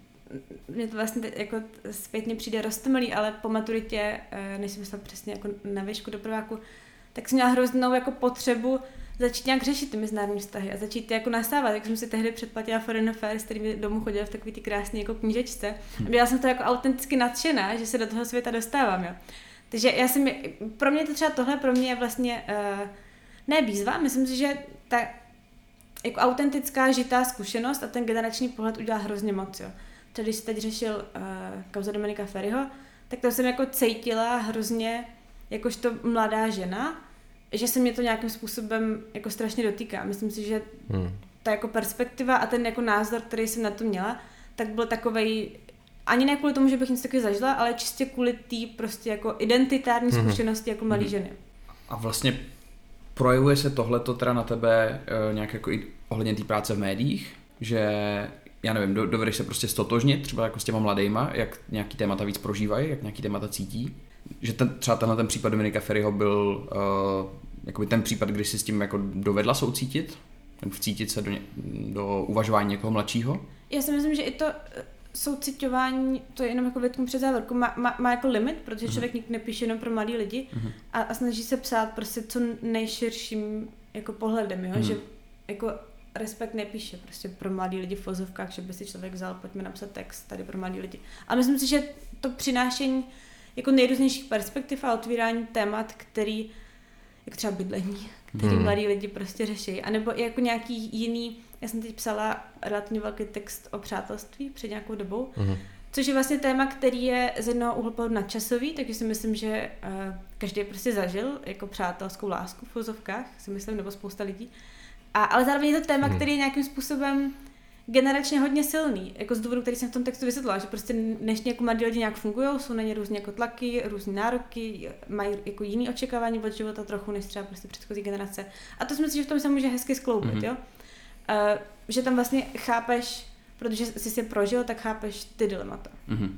mě to vlastně teď jako zpětně přijde roztomilý, ale po maturitě, než jsem myslela přesně jako na výšku do prváku, tak jsem měla hroznou jako potřebu začít nějak řešit ty mezinárodní vztahy a začít jako nastávat. Jak jsem si tehdy předplatila Foreign Affairs, který mi domů chodil v takový ty krásný jako knížečce. A byla jsem to jako autenticky nadšená, že se do toho světa dostávám. Jo. Takže já jsem, pro mě to třeba tohle, pro mě je vlastně uh, ne výzva, myslím si, že ta jako autentická žitá zkušenost a ten generační pohled udělá hrozně moc. Jo. Třeba když jsi teď řešil uh, kauza Dominika Feriho, tak to jsem jako cítila hrozně jakožto mladá žena, že se mě to nějakým způsobem jako strašně dotýká. Myslím si, že hmm. ta jako perspektiva a ten jako názor, který jsem na to měla, tak byl takovej, ani ne kvůli tomu, že bych nic takového zažila, ale čistě kvůli té prostě jako identitární hmm. zkušenosti jako mladý hmm. ženy. A vlastně projevuje se tohleto teda na tebe e, nějak jako i ohledně té práce v médiích, že já nevím, do, dovedeš se prostě stotožnit třeba jako s těma mladejma, jak nějaký témata víc prožívají, jak nějaký témata cítí? Že ten, třeba tenhle ten případ Dominika Feriho byl uh, jakoby ten případ, kdy si s tím jako dovedla soucítit? Nebo vcítit se do, ně, do uvažování někoho mladšího? Já si myslím, že i to souciťování, to je jenom jako větku před závorku, má, má, má jako limit, protože uh-huh. člověk nikdy nepíše jenom pro mladý lidi uh-huh. a, a snaží se psát prostě co nejširším jako pohledem, jo? Uh-huh. Že jako Respekt nepíše prostě pro mladý lidi v vozovkách, že by si člověk vzal, pojďme napsat text tady pro mladý lidi. A myslím si, že to přinášení jako nejrůznějších perspektiv a otvírání témat, který, jako třeba bydlení, který hmm. mladí lidi prostě řeší, anebo i jako nějaký jiný, já jsem teď psala relativně velký text o přátelství před nějakou dobou, hmm. což je vlastně téma, který je z jednoho úhlu pohledu nadčasový, takže si myslím, že uh, každý prostě zažil jako přátelskou lásku v vozovkách, si myslím, nebo spousta lidí. A, ale zároveň je to téma, hmm. který je nějakým způsobem generačně hodně silný, jako z důvodu, který jsem v tom textu vysvětlila, že prostě dnešní jako mladí lidi nějak fungují, jsou na ně různě jako tlaky, různé nároky, mají jako jiný očekávání od života trochu, než třeba prostě předchozí generace. A to si myslím, že v tom se může hezky skloubit, hmm. jo? Uh, že tam vlastně chápeš, protože jsi si prožil, tak chápeš ty dilemata. Mm-hmm.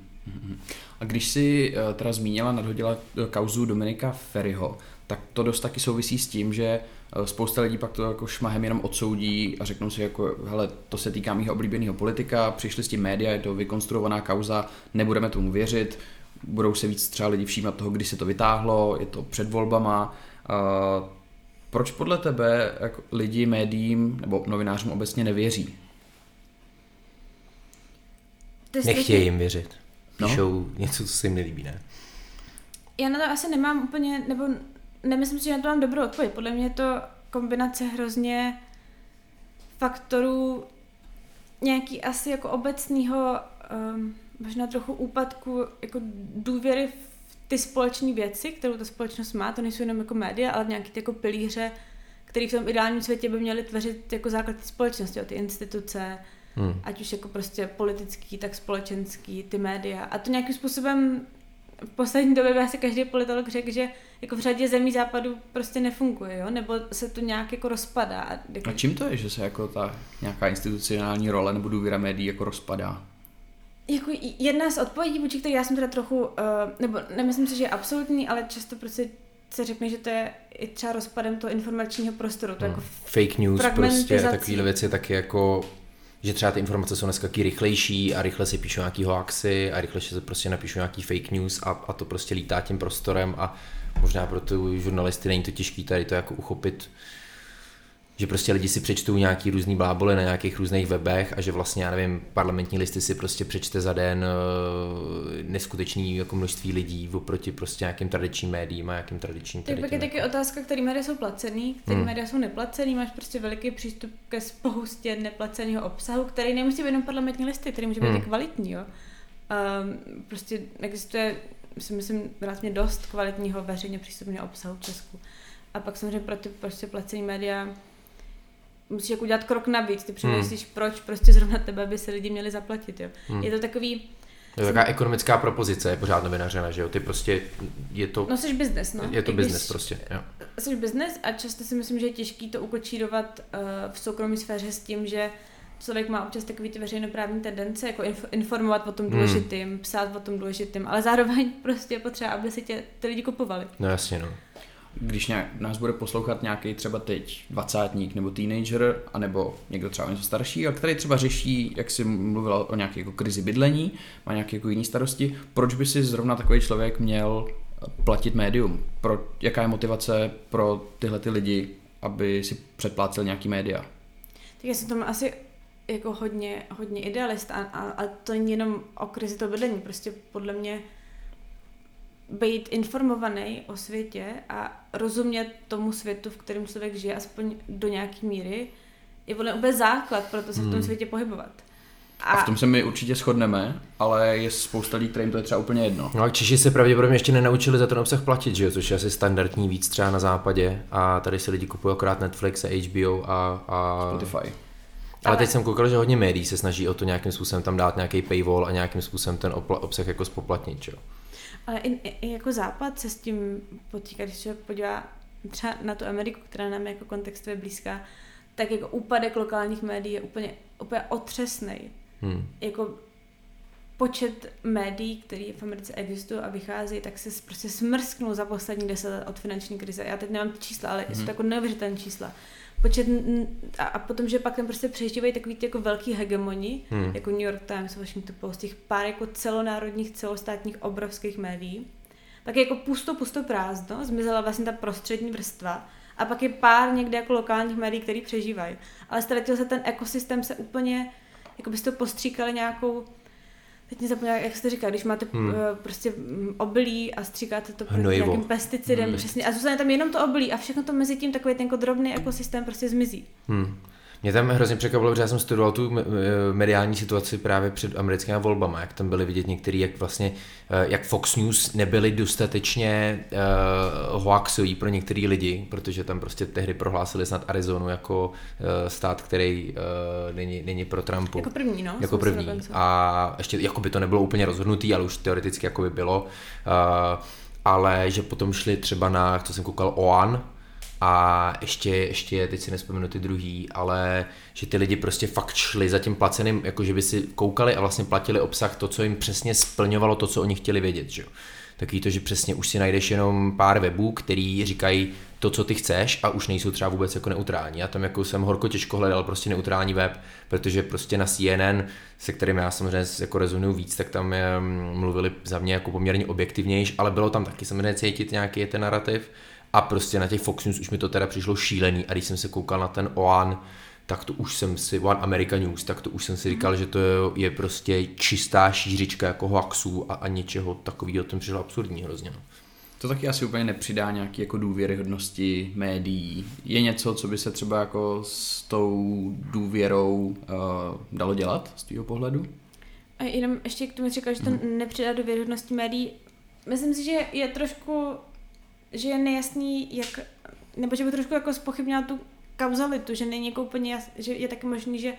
A když jsi uh, teda zmínila, nadhodila kauzu Dominika Feriho, tak to dost taky souvisí s tím, že spousta lidí pak to jako šmahem jenom odsoudí a řeknou si jako, hele, to se týká mýho oblíbeného politika, přišli s tím média, je to vykonstruovaná kauza, nebudeme tomu věřit, budou se víc třeba lidi všímat toho, kdy se to vytáhlo, je to před volbama. Uh, proč podle tebe jako lidi médiím nebo novinářům obecně nevěří? Nechtějí jim věřit. Píšou no. něco, co se jim nelíbí, ne? Já na to asi nemám úplně, nebo nemyslím si, že na to mám dobrou odpověď. Podle mě je to kombinace hrozně faktorů nějaký asi jako obecného, um, možná trochu úpadku jako důvěry v ty společné věci, kterou ta společnost má. To nejsou jenom jako média, ale nějaký ty jako pilíře, který v tom ideálním světě by měly tvořit jako základ ty společnosti, ty instituce, hmm. ať už jako prostě politický, tak společenský, ty média. A to nějakým způsobem v poslední době by asi každý politolog řekl, že jako v řadě zemí západu prostě nefunguje, jo? Nebo se to nějak jako rozpadá. A, jako... a čím to je, že se jako ta nějaká institucionální role nebo důvěra médií jako rozpadá? Jako jedna z odpovědí, vůči které já jsem teda trochu, uh, nebo nemyslím si, že je absolutní, ale často prostě se řekne, že to je i třeba rozpadem toho informačního prostoru. To hmm. jako fake news prostě a takovýhle věci taky jako, že třeba ty informace jsou dneska taky rychlejší a rychle si píšou nějaký hoaxy a rychle se prostě napíšou nějaký fake news a, a to prostě lítá tím prostorem a možná pro ty žurnalisty není to těžký tady to jako uchopit, že prostě lidi si přečtou nějaký různý bláboly na nějakých různých webech a že vlastně, já nevím, parlamentní listy si prostě přečte za den neskutečný jako množství lidí oproti prostě nějakým tradičním médiím a nějakým tradičním tak pak je taky otázka, který média jsou placený, který hmm. média jsou neplacený, máš prostě veliký přístup ke spoustě neplaceného obsahu, který nemusí být jenom parlamentní listy, který může být hmm. i kvalitní, jo. Um, prostě existuje, si myslím, relativně dost kvalitního veřejně přístupného obsahu v Česku. A pak samozřejmě pro ty prostě placený média musíš jako udělat krok navíc, ty přemýšlíš, hmm. proč prostě zrovna tebe by se lidi měli zaplatit, jo. Hmm. Je to takový... Je to taková ekonomická propozice, je pořád novinařena, že jo, ty prostě, je to... No jsi business, no. Je to business prostě, jo. Jsi business a často si myslím, že je těžký to ukočírovat uh, v soukromé sféře s tím, že člověk má občas takový ty veřejnoprávní tendence, jako inf- informovat o tom důležitým, hmm. psát o tom důležitým, ale zároveň prostě je potřeba, aby si tě ty lidi kupovali. No jasně, no. když nějak, nás bude poslouchat nějaký třeba teď dvacátník nebo teenager, anebo někdo třeba něco starší, a který třeba řeší, jak si mluvila o nějaké jako krizi bydlení, má nějaké jako jiné starosti, proč by si zrovna takový člověk měl platit médium? Pro, jaká je motivace pro tyhle ty lidi, aby si předplácel nějaký média? Tak já jsem tomu asi jako hodně, hodně idealista, a, a, a to není jenom o krizi toho bydlení, prostě podle mě být informovaný o světě a rozumět tomu světu, v kterém člověk žije, aspoň do nějaké míry, je podle mě úplně základ pro to se hmm. v tom světě pohybovat. A... a v tom se my určitě shodneme, ale je spousta lidí, kterým to je třeba úplně jedno. No a Češi se pravděpodobně ještě nenaučili za ten obsah platit, že jo? Což je asi standardní víc třeba na západě, a tady si lidi kupují akorát Netflix a H B O a, a... Spotify. Ale, ale teď jsem koukal, že hodně médií se snaží o to nějakým způsobem tam dát nějaký paywall a nějakým způsobem ten opla- obsah jako spoplatnit, že jo? Ale i, i jako Západ se s tím potýká, když se podívá třeba na tu Ameriku, která nám jako kontextově blízká, tak jako úpadek lokálních médií je úplně, úplně otřesnej. Hmm. Jako počet médií, které v Americe existují a vycházejí, tak se prostě smrsknou za poslední deset let od finanční krize. Já teď nemám ty čísla, ale hmm. jsou to jako neuvěřitelné čísla. Počet, a, a potom, že pak tam prostě přežívají takový ty jako velký hegemoni, hmm. jako New York Times, Washington Post, těch pár jako celonárodních, celostátních obrovských médií. Tak je jako pusto, pusto prázdno, zmizela vlastně ta prostřední vrstva a pak je pár někde jako lokálních médií, který přežívají. Ale ztratil se ten ekosystém, se úplně, jako byste to postříkali nějakou, teď mě zapomněla, jak jste říkal, když máte hmm. prostě obilí a stříkáte to nějakým pesticidem, hmm. přesně, a zůstane tam jenom to obilí a všechno to mezi tím, takový ten jako drobný ekosystém prostě zmizí. Hmm. Mě tam hrozně překvapilo, protože já jsem studoval tu mediální situaci právě před americkými volbama, jak tam byly vidět některý, jak vlastně, jak Fox News nebyly dostatečně uh, hoaxoví pro některý lidi, protože tam prostě tehdy prohlásili snad Arizonu jako uh, stát, který uh, není, není pro Trumpu. Jako první, no. Jako první. A ještě, jako by to nebylo úplně rozhodnutý, ale už teoreticky jako by bylo. Uh, ale že potom šli třeba na, co jsem koukal, O A N, a ještě, ještě, teď si nespomenu ty druhý, ale že ty lidi prostě fakt šli za tím placeným, jako že by si koukali a vlastně platili obsah, to, co jim přesně splňovalo to, co oni chtěli vědět, že jo. Takový to, že přesně už si najdeš jenom pár webů, který říkají to, co ty chceš a už nejsou třeba vůbec jako neutrální. Já tam jako jsem horko těžko hledal prostě neutrální web, protože prostě na C N N, se kterým já samozřejmě jako rezonuju víc, tak tam je, mluvili za mě jako poměrně objektivnější, ale bylo tam taky samozřejmě cítit nějaký ten narrativ. A prostě na těch Fox News už mi to teda přišlo šílený, a když jsem se koukal na ten O A N, tak to už jsem si, One America News, tak to už jsem si říkal, že to je, je prostě čistá šířička jako hoaxů a, a něčeho takového, to mi přišlo absurdní hrozně. To taky asi úplně nepřidá nějaký jako důvěryhodnosti médií. Je něco, co by se třeba jako s tou důvěrou uh, dalo dělat z tvýho pohledu? A jenom ještě k tomu říkal, že to hmm. nepřidá důvěryhodnosti médií. Myslím si, že je trošku že je nejasný, jak, nebo že by trošku jako zpochybnila tu kauzalitu, že není jako úplně jasný, že je taky možný, že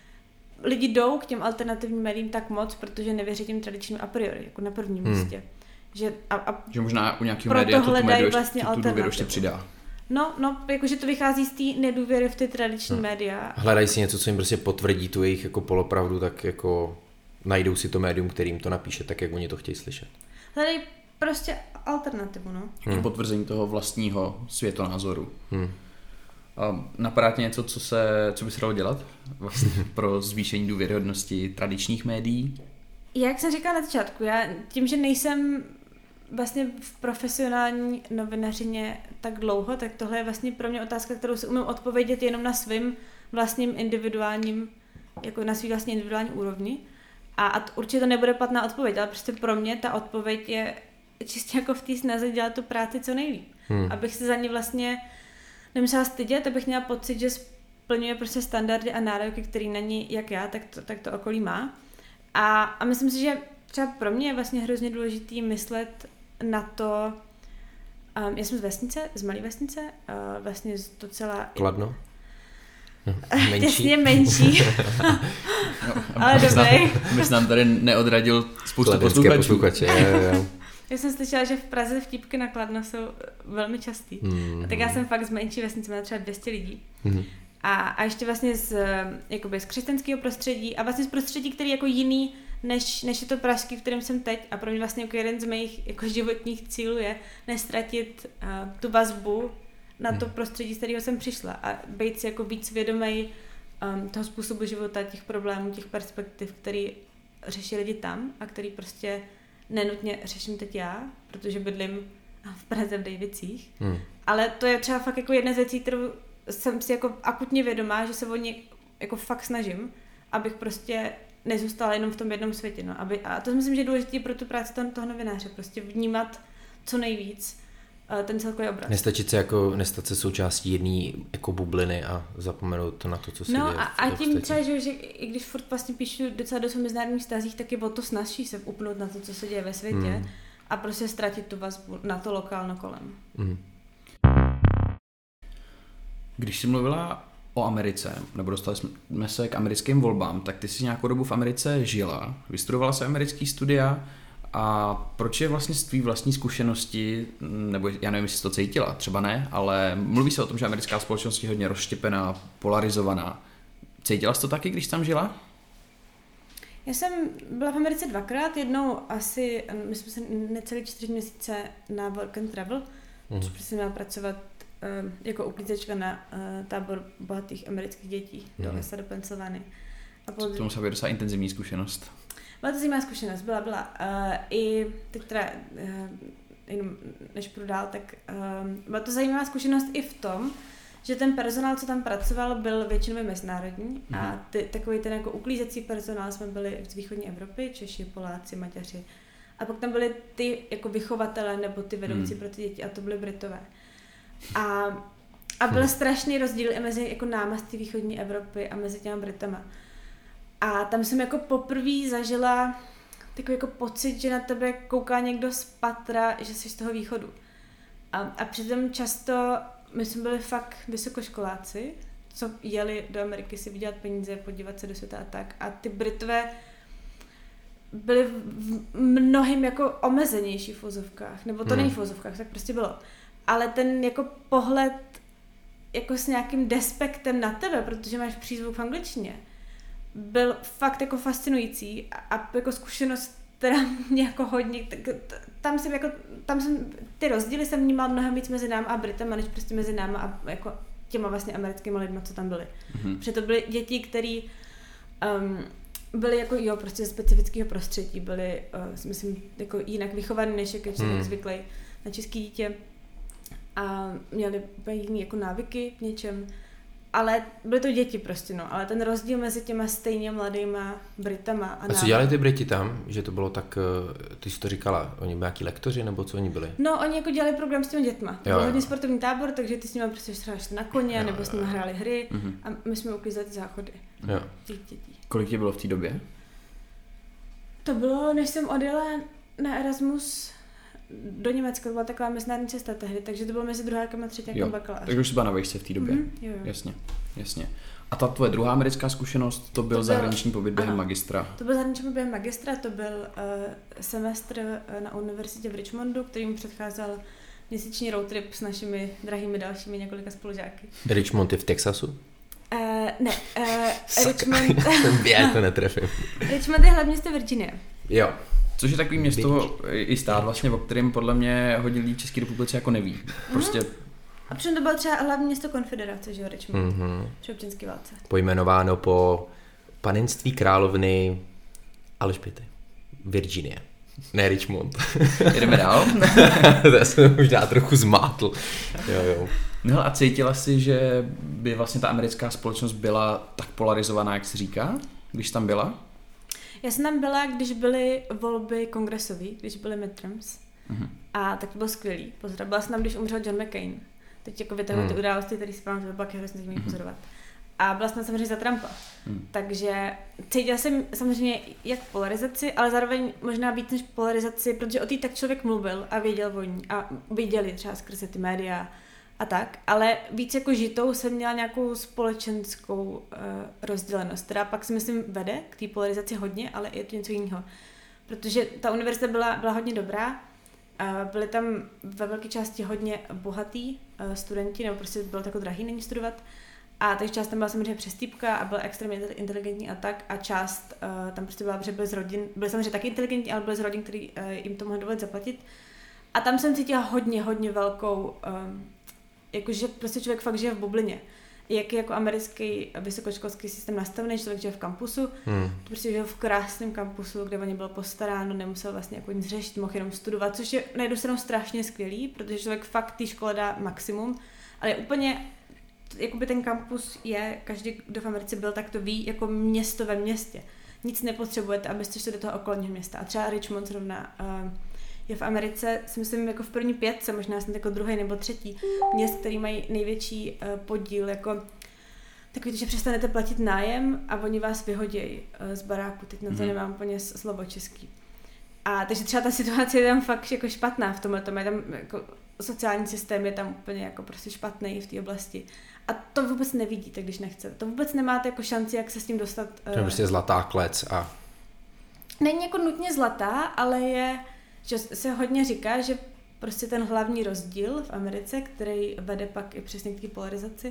lidi jdou k těm alternativním médiím tak moc, protože nevěří těm tradičním a priori, jako na prvním hmm. místě. Že, a, a že možná u nějakého média to tu, médiu, vlastně tu důvěru ještě přidá. No, no, jakože to vychází z té nedůvěry v ty tradiční no. média. Hledají si něco, co jim prostě potvrdí tu jejich jako polopravdu, tak jako najdou si to médium, kterým to napíše, tak jak oni to chtějí slyšet. Hledají prostě alternativu, no. Hmm. Potvrzení toho vlastního světonázoru. Hmm. A napadá tě něco, co, se, co by se dalo dělat vlastně pro zvýšení důvěryhodnosti tradičních médií? Jak jsem říkala na začátku, já tím, že nejsem vlastně v profesionální novinařině tak dlouho, tak tohle je vlastně pro mě otázka, kterou si umím odpovědět jenom na svým vlastním individuálním, jako na svý vlastní individuální úrovni. A, a určitě to nebude platná odpověď, ale prostě pro mě ta odpověď je čistě jako v té snaze dělat tu práci co nejlíp. Hmm. Abych se za ní vlastně nemusela stydět, abych měla pocit, že splňuje prostě standardy a nároky, který na ní jak já, tak to, tak to okolí má. A, a myslím si, že třeba pro mě je vlastně hrozně důležitý myslet na to, um, já jsem z vesnice, z malé vesnice, uh, vlastně z docela... Kladno? Menší. Těsně menší. No, ale dobrý. Abys nám tady neodradil spoustu posluchačů. Já jsem slyšela, že v Praze vtipky na Kladno jsou velmi častý. Mm. A tak já jsem fakt z menší vesnice, měla třeba dvě stě lidí. Mm. A, a ještě vlastně z, jakoby z křesťanského prostředí a vlastně z prostředí, který jako jiný, než, než je to pražský, v kterém jsem teď. A pro mě vlastně jako jeden z mých jako životních cílů je nestratit uh, tu vazbu na to prostředí, z kterého jsem přišla a být si jako víc vědomej um, toho způsobu života, těch problémů, těch perspektiv, který řeší lidi tam a který prostě nenutně řeším teď já, protože bydlím v Praze v Dejvicích. Hmm. Ale to je třeba fakt jako jedna z věcí, kterou jsem si jako akutně vědomá, že se o ně jako fakt snažím, abych prostě nezůstala jenom v tom jednom světě. No. Aby, a to si myslím, že je důležité pro tu práci toho, toho novináře, prostě vnímat co nejvíc ten celkový obraz. Nestačit se jako, nestat se součástí jedné jako bubliny a zapomenout to na to, co se no, děje. No a, a tím třeba, že, že i když furt vlastně píšu docela dost o mezinárodních vztazích, tak je o to snazší se upnout na to, co se děje ve světě hmm. a prostě ztratit tu vazbu na to lokálno kolem. Hmm. Když jsi mluvila o Americe, nebo dostali jsme se k americkým volbám, tak ty jsi nějakou dobu v Americe žila, vystudovala se americký studia. A proč je vlastně z tvý vlastní zkušenosti, nebo já nevím, jestli jsi to cítila, třeba ne, ale mluví se o tom, že americká společnost je hodně rozštěpená, polarizovaná. Cítila jsi to taky, když jsi tam žila? Já jsem byla v Americe dvakrát, jednou asi, my jsme se necelý čtyři měsíce na work and travel, mm. což jsem měla pracovat uh, jako uklízečka na uh, tábor bohatých amerických dětí mm. do lesa do Pensylvánie. A to, to musela být docela intenzivní zkušenost. Byla to zajímavá zkušenost, byla, byla. Uh, I teď teda, uh, jenom než půjdu dál, tak uh, byla to zajímavá zkušenost i v tom, že ten personál, co tam pracoval, byl většinově mezinárodní mm. a ty, takový ten jako uklízecí personál jsme byli z východní Evropy, Češi, Poláci, Maďaři. A pak tam byly ty jako vychovatele nebo ty vedoucí mm. pro ty děti a to byly Britové. A, a byl mm. strašný rozdíl i mezi jako náma z té východní Evropy a mezi těma Britama. A tam jsem jako poprvé zažila takový jako pocit, že na tebe kouká někdo z patra, že jsi z toho východu. A, a přitom často my jsme byli fakt vysokoškoláci, co jeli do Ameriky si vydělat peníze, podívat se do světa a tak. A ty Britové byly v mnohým jako omezenější v uvozovkách. Nebo to hmm. není v uvozovkách, tak prostě bylo. Ale ten jako pohled jako s nějakým despektem na tebe, protože máš přízvuk v angličtině, byl fakt jako fascinující a, a jako zkušenost, která mě jako hodně, tak, tam jsem jako, tam jsem, ty rozdíly jsem vnímala mnohem víc mezi náma a Britama, než prostě mezi náma a jako těma vlastně americkými lidmi, co tam byli. Mm-hmm. Protože to byly děti, který um, byly jako, jo, prostě ze specifického prostředí, byly, uh, myslím, jako jinak vychovaný, než jak je člověk mm. zvyklý na české dítě a měli úplně jiný jako návyky v něčem. Ale byly to děti prostě, no. Ale ten rozdíl mezi těma stejně mladýma Britama a A co dělali ty Briti tam? Že to bylo tak, ty jsi to říkala, oni byli nějaký lektoři, nebo co oni byli? No, oni jako dělali program s těmi dětma. To byl hodně sportovní tábor, takže ty s nimi prostě šli na koně, jo, nebo jo, s nimi hráli hry jo. a my jsme uklízeli ty záchody jo. těch dětí. Kolik tě bylo v té době? To bylo, než jsem odjela na Erasmus do Německa, to byla taková mezinárodní cesta tehdy, takže to bylo mezi druhákem a třetíkem bakalářem. Takže už jsi byla na vejšce v té době. Mm-hmm, jo, jo. Jasně, jasně. A ta tvoje druhá americká zkušenost, to byl, to byl zahraniční pobyt během ano, magistra. To byl zahraniční pobyt během magistra, to byl uh, semestr uh, na univerzitě v Richmondu, kterým předcházel měsíční road trip s našimi drahými dalšími několika spolužáky. Richmond je v Texasu? Uh, ne, uh, Richmond... Já to netrefím. Richmond je hlavně město Virginie. Jo. Což je takový město i stát vlastně, o kterém podle mě hodně lidí v České republice jako neví. Prostě... Mm-hmm. A přitom to bylo třeba hlavní město konfederace, že jo, Richmond, mm-hmm. při občanské válce. Pojmenováno po panenství královny Alžběty. Virginie. Ne Richmond. Jdeme dál. To jsem možná trochu zmátl. Jo, jo. No a cítila jsi, že by vlastně ta americká společnost byla tak polarizovaná, jak se říká, když tam byla? Já jsem tam byla, když byly volby kongresové, když byly midterms. Mm-hmm. A tak to bylo skvělý. Pozor, byla jsem tam, když umřel John McCain. Teď jako vytahuji mm. ty události, které si pamatuju, to bylo hrozně zajímavé pozorovat. A byla jsem samozřejmě za Trumpa. Mm. Takže cítila jsem samozřejmě jak polarizaci, ale zároveň možná víc než polarizaci, protože o té tak člověk mluvil a věděl o ní. A viděli třeba skrze ty média a tak. Ale víc jako žitou jsem měla nějakou společenskou uh, rozdělenost, která pak si myslím vede k té polarizaci hodně, ale je to něco jiného. Protože ta univerzita byla, byla hodně dobrá, byli tam ve velké části hodně bohatí studenti, nebo prostě bylo tako drahý není studovat. A takže část tam byla samozřejmě přestýpka a byla extrémně inteligentní a tak a část uh, tam prostě byla, protože byly z rodin, byly samozřejmě taky inteligentní, ale byly z rodin, který uh, jim to mohli dovolit zaplatit. A tam jsem cítila hodně, hodně velkou, um, jakože prostě člověk fakt žije v bublině. Jak je jako americký vysokoškolský systém nastavený, člověk žije v kampusu, hmm. to prostě žije v krásném kampusu, kde o ně bylo postaráno, nemusel vlastně jako nic řešit, mohl jenom studovat, což je na jednu stranu strašně skvělý, protože člověk fakt té škole dá maximum, ale je úplně, jakoby ten kampus je, každý, kdo v Americe byl, tak to ví, jako město ve městě. Nic nepotřebujete, abyste šli do toho okolního města. A třeba Richmond zrovna uh, je v Americe, si myslím, jako v první pětce, možná jsem jako druhý nebo třetí měst, který mají největší uh, podíl, jako takový, že přestanete platit nájem a oni vás vyhodějí uh, z baráku. Teď na to mm-hmm. nemám úplně slovo český. A takže třeba ta situace je tam fakt jako špatná v tomhle tom, je tam jako sociální systém je tam úplně jako prostě špatný v té oblasti. A to vůbec nevidíte, když nechcete. To vůbec nemáte jako šanci, jak se s tím dostat. To je prostě zlatá klec a... Není jako nutně zlatá, ale je, že se hodně říká, že prostě ten hlavní rozdíl v Americe, který vede pak i přesně k té polarizaci,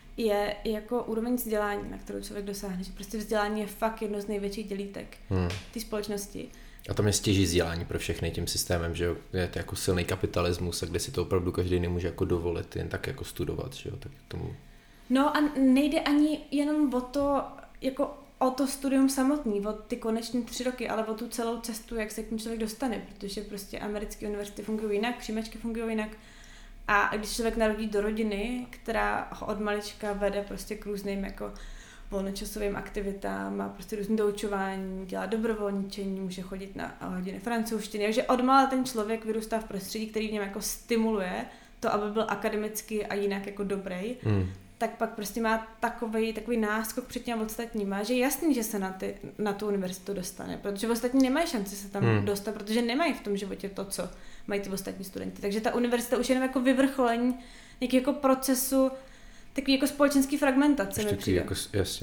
je jako úroveň vzdělání, na kterou člověk dosáhne. Že prostě vzdělání je fakt jedno z největších dělítek hmm. té společnosti. A tam je stěží vzdělání pro všechny tím systémem, že jo, je to jako silný kapitalismus a kde si to opravdu každý nemůže jako dovolit jen tak jako studovat, že jo, tak tomu... No a nejde ani jenom o to, jako o to studium samotný, o ty koneční tři roky, ale o tu celou cestu, jak se k ní člověk dostane, protože prostě americké univerzity fungují jinak, přijímačky fungují jinak a když člověk narodí do rodiny, která ho od malička vede prostě k různým jako volnočasovým aktivitám, má prostě různý doučování, dělá dobrovolničení, může chodit na hodiny francouzštiny, takže odmala ten člověk vyrůstá v prostředí, který v něm jako stimuluje to, aby byl akademicky a jinak jako dobrý, mm. tak pak prostě má takový, takový náskok před těmi ostatníma, že je jasný, že se na, ty, na tu univerzitu dostane, protože ostatní nemají šanci se tam mm. dostat, protože nemají v tom životě to, co mají ty ostatní studenti. Takže ta univerzita už je jenom jako vyvrcholení nějakého jako procesu takový jako společenský fragmentace. Ještě jako, jasně.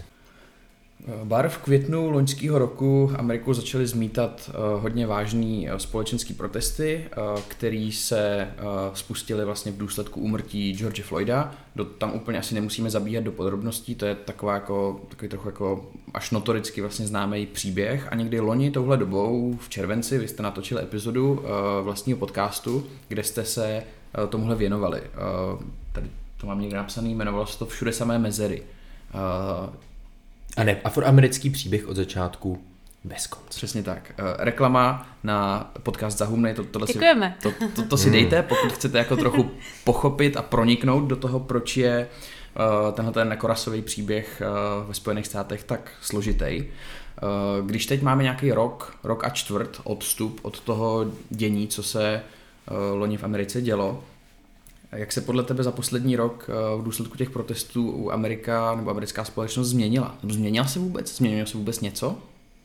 Bar v květnu loňského roku Amerikou začaly zmítat uh, hodně vážný uh, společenský protesty, uh, který se uh, spustily vlastně v důsledku úmrtí George Floyda. Do, tam úplně asi nemusíme zabíhat do podrobností, to je taková jako, takový trochu jako až notoricky vlastně známý příběh. A někdy loni touhle dobou v červenci vy jste natočili epizodu uh, vlastního podcastu, kde jste se uh, tomuhle věnovali. Uh, tady to mám někde napsaný, jmenovalo se to Všude samé mezery. Uh, A ne, afroamerický příběh od začátku bez konce. Přesně tak. Reklama na podcast Zahumnej, to, tohle si, to, to, to si Hmm. dejte, pokud chcete jako trochu pochopit a proniknout do toho, proč je uh, tenhle ten jako rasový příběh uh, ve Spojených státech tak složitý. Uh, když teď máme nějaký rok, rok a čtvrt odstup od toho dění, co se uh, loni v Americe dělo, jak se podle tebe za poslední rok v důsledku těch protestů u Amerika nebo americká společnost změnila? Změnila se vůbec? Změnilo se vůbec něco?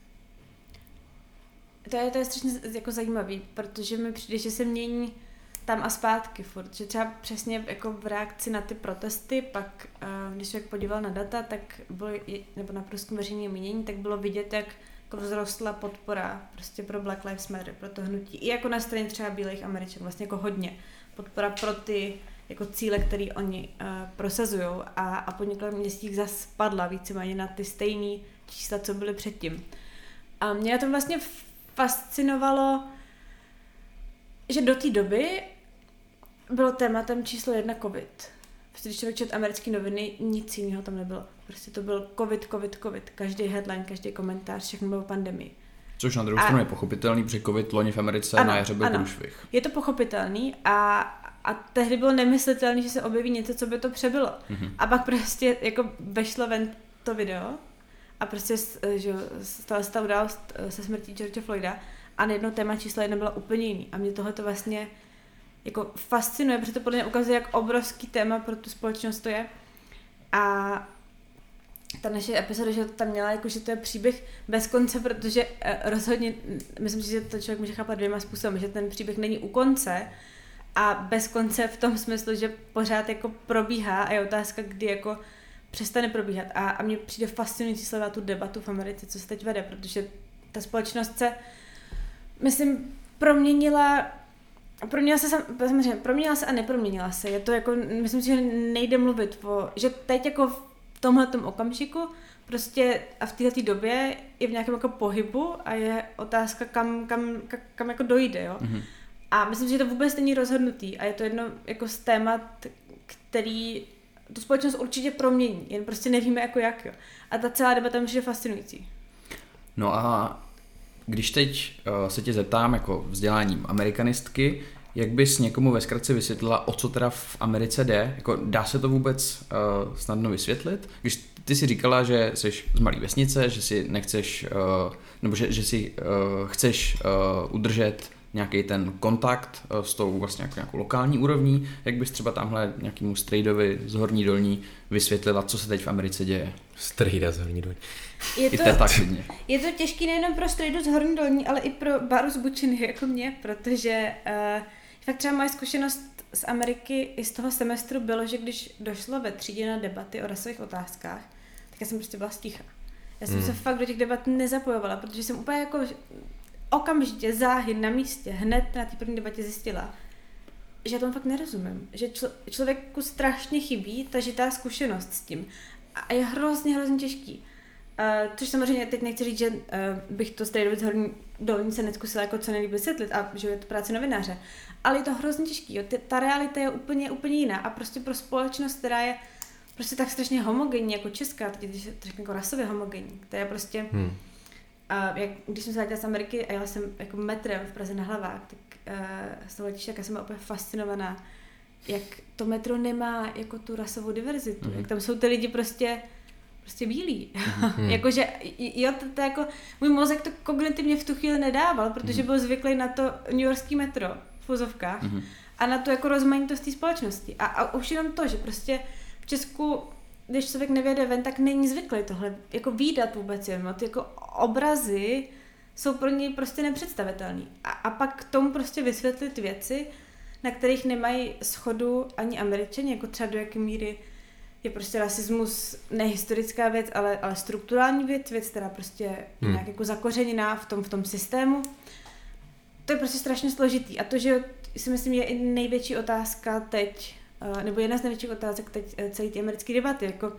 To je, to je strašně jako zajímavý, protože mi přijde, že se mění tam a zpátky furt. Že třeba přesně jako v reakci na ty protesty, pak když člověk podíval na data, tak bylo, nebo na průzkum veřejného mínění, tak bylo vidět, jak jako vzrostla podpora prostě pro Black Lives Matter, pro to hnutí. I jako na straně třeba bílých Američanů, vlastně jako hodně. Podpora pro ty jako cíle, které oni uh, prosazují a, a po několika měsících zase spadla víceméně na ty stejné čísla, co byly předtím. A mě na tom vlastně fascinovalo, že do té doby bylo tématem číslo jedna covid. Prostě když člověk četl americké noviny, nic jiného tam nebylo. Prostě to byl covid, covid, covid. Každý headline, každý komentář, všechno bylo pandemii. Což na druhou stranu je pochopitelný, protože covid loni v Americe ano, na jaře byl ano. průšvih. Je to pochopitelný a, a tehdy bylo nemyslitelné, že se objeví něco, co by to přebylo. Mm-hmm. A pak prostě jako vešlo ven to video a prostě že stala se ta událost se smrtí George Floyda a najednou téma číslo jedna byla úplně jiný. A mě tohle to vlastně jako fascinuje, protože to podle mě ukazuje, jak obrovský téma pro tu společnost to je. A ta naše epizoda, že to tam měla, jako, že to je příběh bez konce, protože uh, rozhodně, myslím, že to člověk může chápat dvěma způsoby, že ten příběh není u konce a bez konce v tom smyslu, že pořád jako probíhá a je otázka, kdy jako přestane probíhat. A, a mně přijde fascinující sledovat tu debatu v Americe, co se teď vede, protože ta společnost se, myslím, proměnila, proměnila se, samozřejmě, proměnila se a neproměnila se. Je to jako, myslím si, že nejde mluvit o, že teď jako tomhletom okamžiku prostě a v této době je v nějakém jako pohybu a je otázka, kam, kam, kam, kam jako dojde, jo. Mm-hmm. A myslím, že to vůbec není rozhodnutý a je to jedno jako z témat, který tu společnost určitě promění, jen prostě nevíme jako jak, jo. A ta celá debata je fascinující. No a když teď uh, se tě zeptám jako vzděláním amerikanistky, jak bys někomu ve zkratce vysvětlila, o co teda v Americe jde? Jako, dá se to vůbec uh, snadno vysvětlit? Když ty si říkala, že jsi z malé vesnice, že si nechceš, uh, nebo že, že si uh, chceš uh, udržet nějaký ten kontakt uh, s tou vlastně jako nějakou lokální úrovní, jak bys třeba tamhle nějakému strejdovi z Horní Dolní vysvětlila, co se teď v Americe děje? Strejda z Horní Dolní. Je to, I to, tak je to těžký nejenom pro strejdu z Horní Dolní, ale i pro Báru z Bučiny jako mě, protože uh, fakt třeba moje zkušenost z Ameriky i z toho semestru bylo, že když došlo ve třídě na debaty o rasových otázkách, tak já jsem prostě byla sticha. Já jsem hmm. se fakt do těch debat nezapojovala, protože jsem úplně jako okamžitě záhy na místě, hned na té první debatě zjistila, že já tomu fakt nerozumím. Že člo, člověku strašně chybí ta žitá zkušenost s tím. A je hrozně, hrozně těžký. Uh, což samozřejmě teď nechci říct, že uh, bych to strejdovi z Horní Dolní se nezkusila jako co nejlíp vysvětlit a že je to práce novináře. Ale je to hrozně těžký, jo. Ta realita je úplně, úplně jiná a prostě pro společnost, která je prostě tak strašně homogenní jako česká, teď když to řeknu jako rasově homogenní, která je prostě, hmm. uh, jak, když jsem se vrátila z Ameriky a jela jsem jako metrem v Praze na Hlavách, tak uh, z toho letiště, já jsem byla úplně fascinovaná, jak to metro nemá jako tu rasovou diverzitu, hmm. jak tam jsou ty lidi prostě prostě bílý. Hmm. Jakože, jo, to, to jako, můj mozek to kognitivně v tu chvíli nedával, protože hmm. byl zvyklý na to newyorský metro v vozovkách hmm. a na to jako rozmanitost té společnosti. A, a už jenom to, že prostě v Česku, když člověk nevěde ven, tak není zvyklý tohle jako výdat vůbec jen. Ty jako obrazy jsou pro něj prostě nepředstavitelný. A, a pak k tomu prostě vysvětlit věci, na kterých nemají shodu ani Američani, jako třeba do jaké míry je prostě rasismus nehistorická věc, ale, ale strukturální věc, věc, která prostě hmm. nějak jako zakořeněná v tom, v tom systému. To je prostě strašně složitý. A to, že si myslím, je i největší otázka teď, nebo jedna z největších otázek teď celé té americké debaty, jako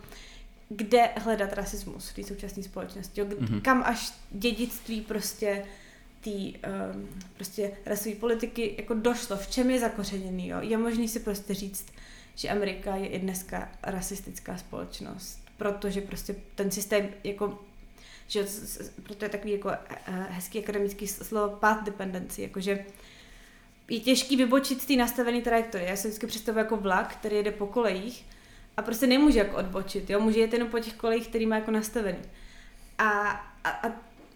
kde hledat rasismus v té současné společnosti, jo? Hmm. Kam až dědictví prostě té um, prostě rasové politiky jako došlo, v čem je zakořeněný, jo? Je možný si prostě říct, že Amerika je i dneska rasistická společnost, protože prostě ten systém jako, že proto je takový jako hezký akademický slovo path dependency, jakože je těžký vybočit z té nastavené trajektorie. Já se vždycky představuji jako vlak, který jede po kolejích a prostě nemůže jako odbočit, jo, může jet jenom po těch kolejích, který má jako nastavený. A, a, a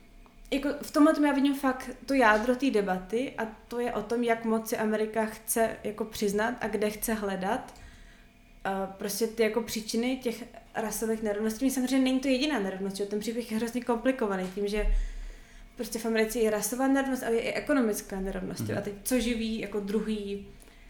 jako v tomhle tom já vidím fakt to jádro té debaty a to je o tom, jak moc si Amerika chce jako přiznat a kde chce hledat uh, prostě ty jako příčiny těch rasových nerovností. Samozřejmě není to jediná nerovnost, že ten příběh je hrozně komplikovaný tím, že prostě v Americe je rasová nerovnost, ale je i ekonomická nerovnost. Mm. A teď co živí jako druhý,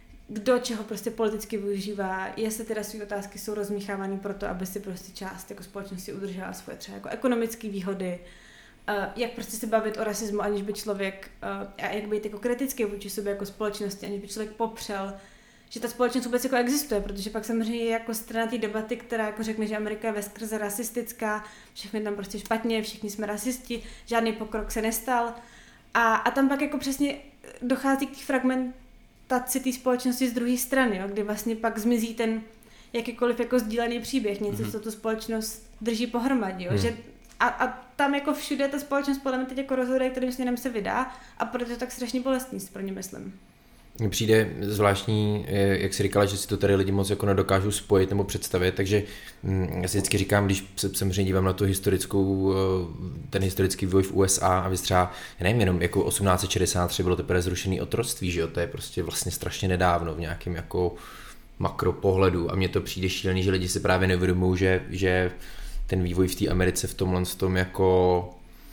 kdo čeho prostě politicky využívá, jestli ty rasové otázky jsou rozmíchávány proto, aby si prostě část jako společnosti udržela svoje třeba jako ekonomické výhody, Uh, jak prostě se bavit o rasismu, aniž by člověk, uh, a jak být jako kritický vůči sobě jako společnosti, aniž by člověk popřel, že ta společnost vůbec jako existuje, protože pak samozřejmě je jako strana té debaty, která jako řekne, že Amerika je veskrze rasistická, všechny tam prostě špatně, všichni jsme rasisti, žádný pokrok se nestal a, a tam pak jako přesně dochází k té fragmentaci té společnosti z druhé strany, jo, kdy vlastně pak zmizí ten jakýkoliv jako sdílený příběh, něco, mm-hmm. co tu společnost drží pohromadě, jo, mm. že A, a tam jako všude ta společnost podle mě teď jako rozhoduje, kterým směrem se vydá a proto je to tak strašně bolestný, pro ně myslím. Mně přijde zvláštní, jak jsi říkala, že si to tady lidi moc jako nedokážou spojit nebo představit, takže já si vždycky říkám, když se samozřejmě dívám na tu historickou, ten historický vývoj v U S A a vy třeba, já nevím, jenom jako osmnáct set šedesát tři bylo teprve zrušený otroctví, že jo, to je prostě vlastně strašně nedávno v nějakém jako makropohledu a mně to přijde šílený, že lidi si právě neuvědomují, že, že ten vývoj v té Americe v tomhle tom jako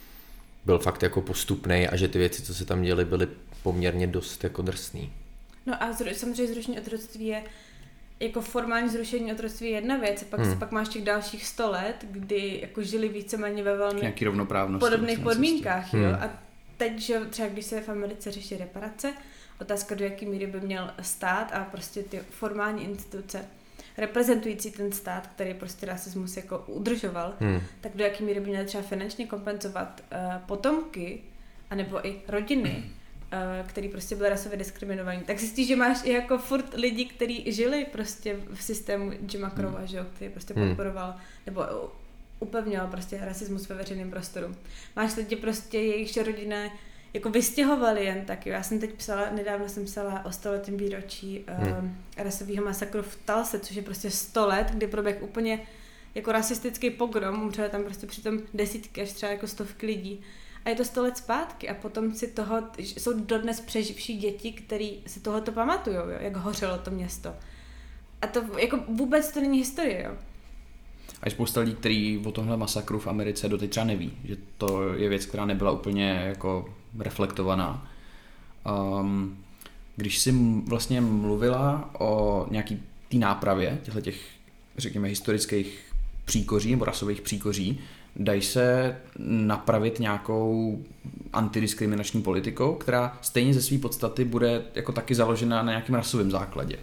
byl fakt jako postupnej a že ty věci, co se tam děly, byly poměrně dost jako drsný. No a zru, samozřejmě zrušení otroctví je jako formální zrušení otroctví je jedna věc, pak, hmm. pak máš těch dalších sto let, kdy jako žili víceméně ve velmi podobných podmínkách. Hmm. Jo? A teď, že třeba když se v Americe řeší reparace, otázka do jaké míry by měl stát a prostě ty formální instituce reprezentující ten stát, který prostě rasismus jako udržoval, hmm. tak do jaký míry by měli třeba finančně kompenzovat uh, potomky, anebo i rodiny, uh, který prostě byly rasově diskriminovaní, tak zjistíš, že máš i jako furt lidi, kteří žili prostě v systému Jima Crova, hmm. že jo, který prostě podporoval, hmm. nebo upevňoval prostě rasismus ve veřejném prostoru. Máš lidi prostě, jejichž rodiny jako vystěhovali jen tak. Já jsem teď psala, nedávno jsem psala o stoletém výročí hmm. uh, rasového masakru v Tulse, což je prostě sto let, kdy proběh úplně jako rasistický pogrom, umřeli tam prostě přitom desítky až třeba jako stovky lidí. A je to sto let zpátky a potom si toho, jsou dodnes přeživší děti, který si tohoto pamatujou, jo, jak hořelo to město. A to jako vůbec to není historie, jo. A je spousta lidí, kteří o tomhle masakru v Americe doteď třeba neví, že to je věc, která nebyla úplně jako reflektovaná. Um, když jsi vlastně mluvila o nějaký té nápravě těchto těch, řekněme, historických příkoří nebo rasových příkoří, dají se napravit nějakou antidiskriminační politikou, která stejně ze své podstaty bude jako taky založena na nějakém rasovém základě?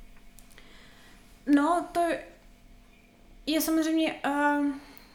No, to je samozřejmě... Uh...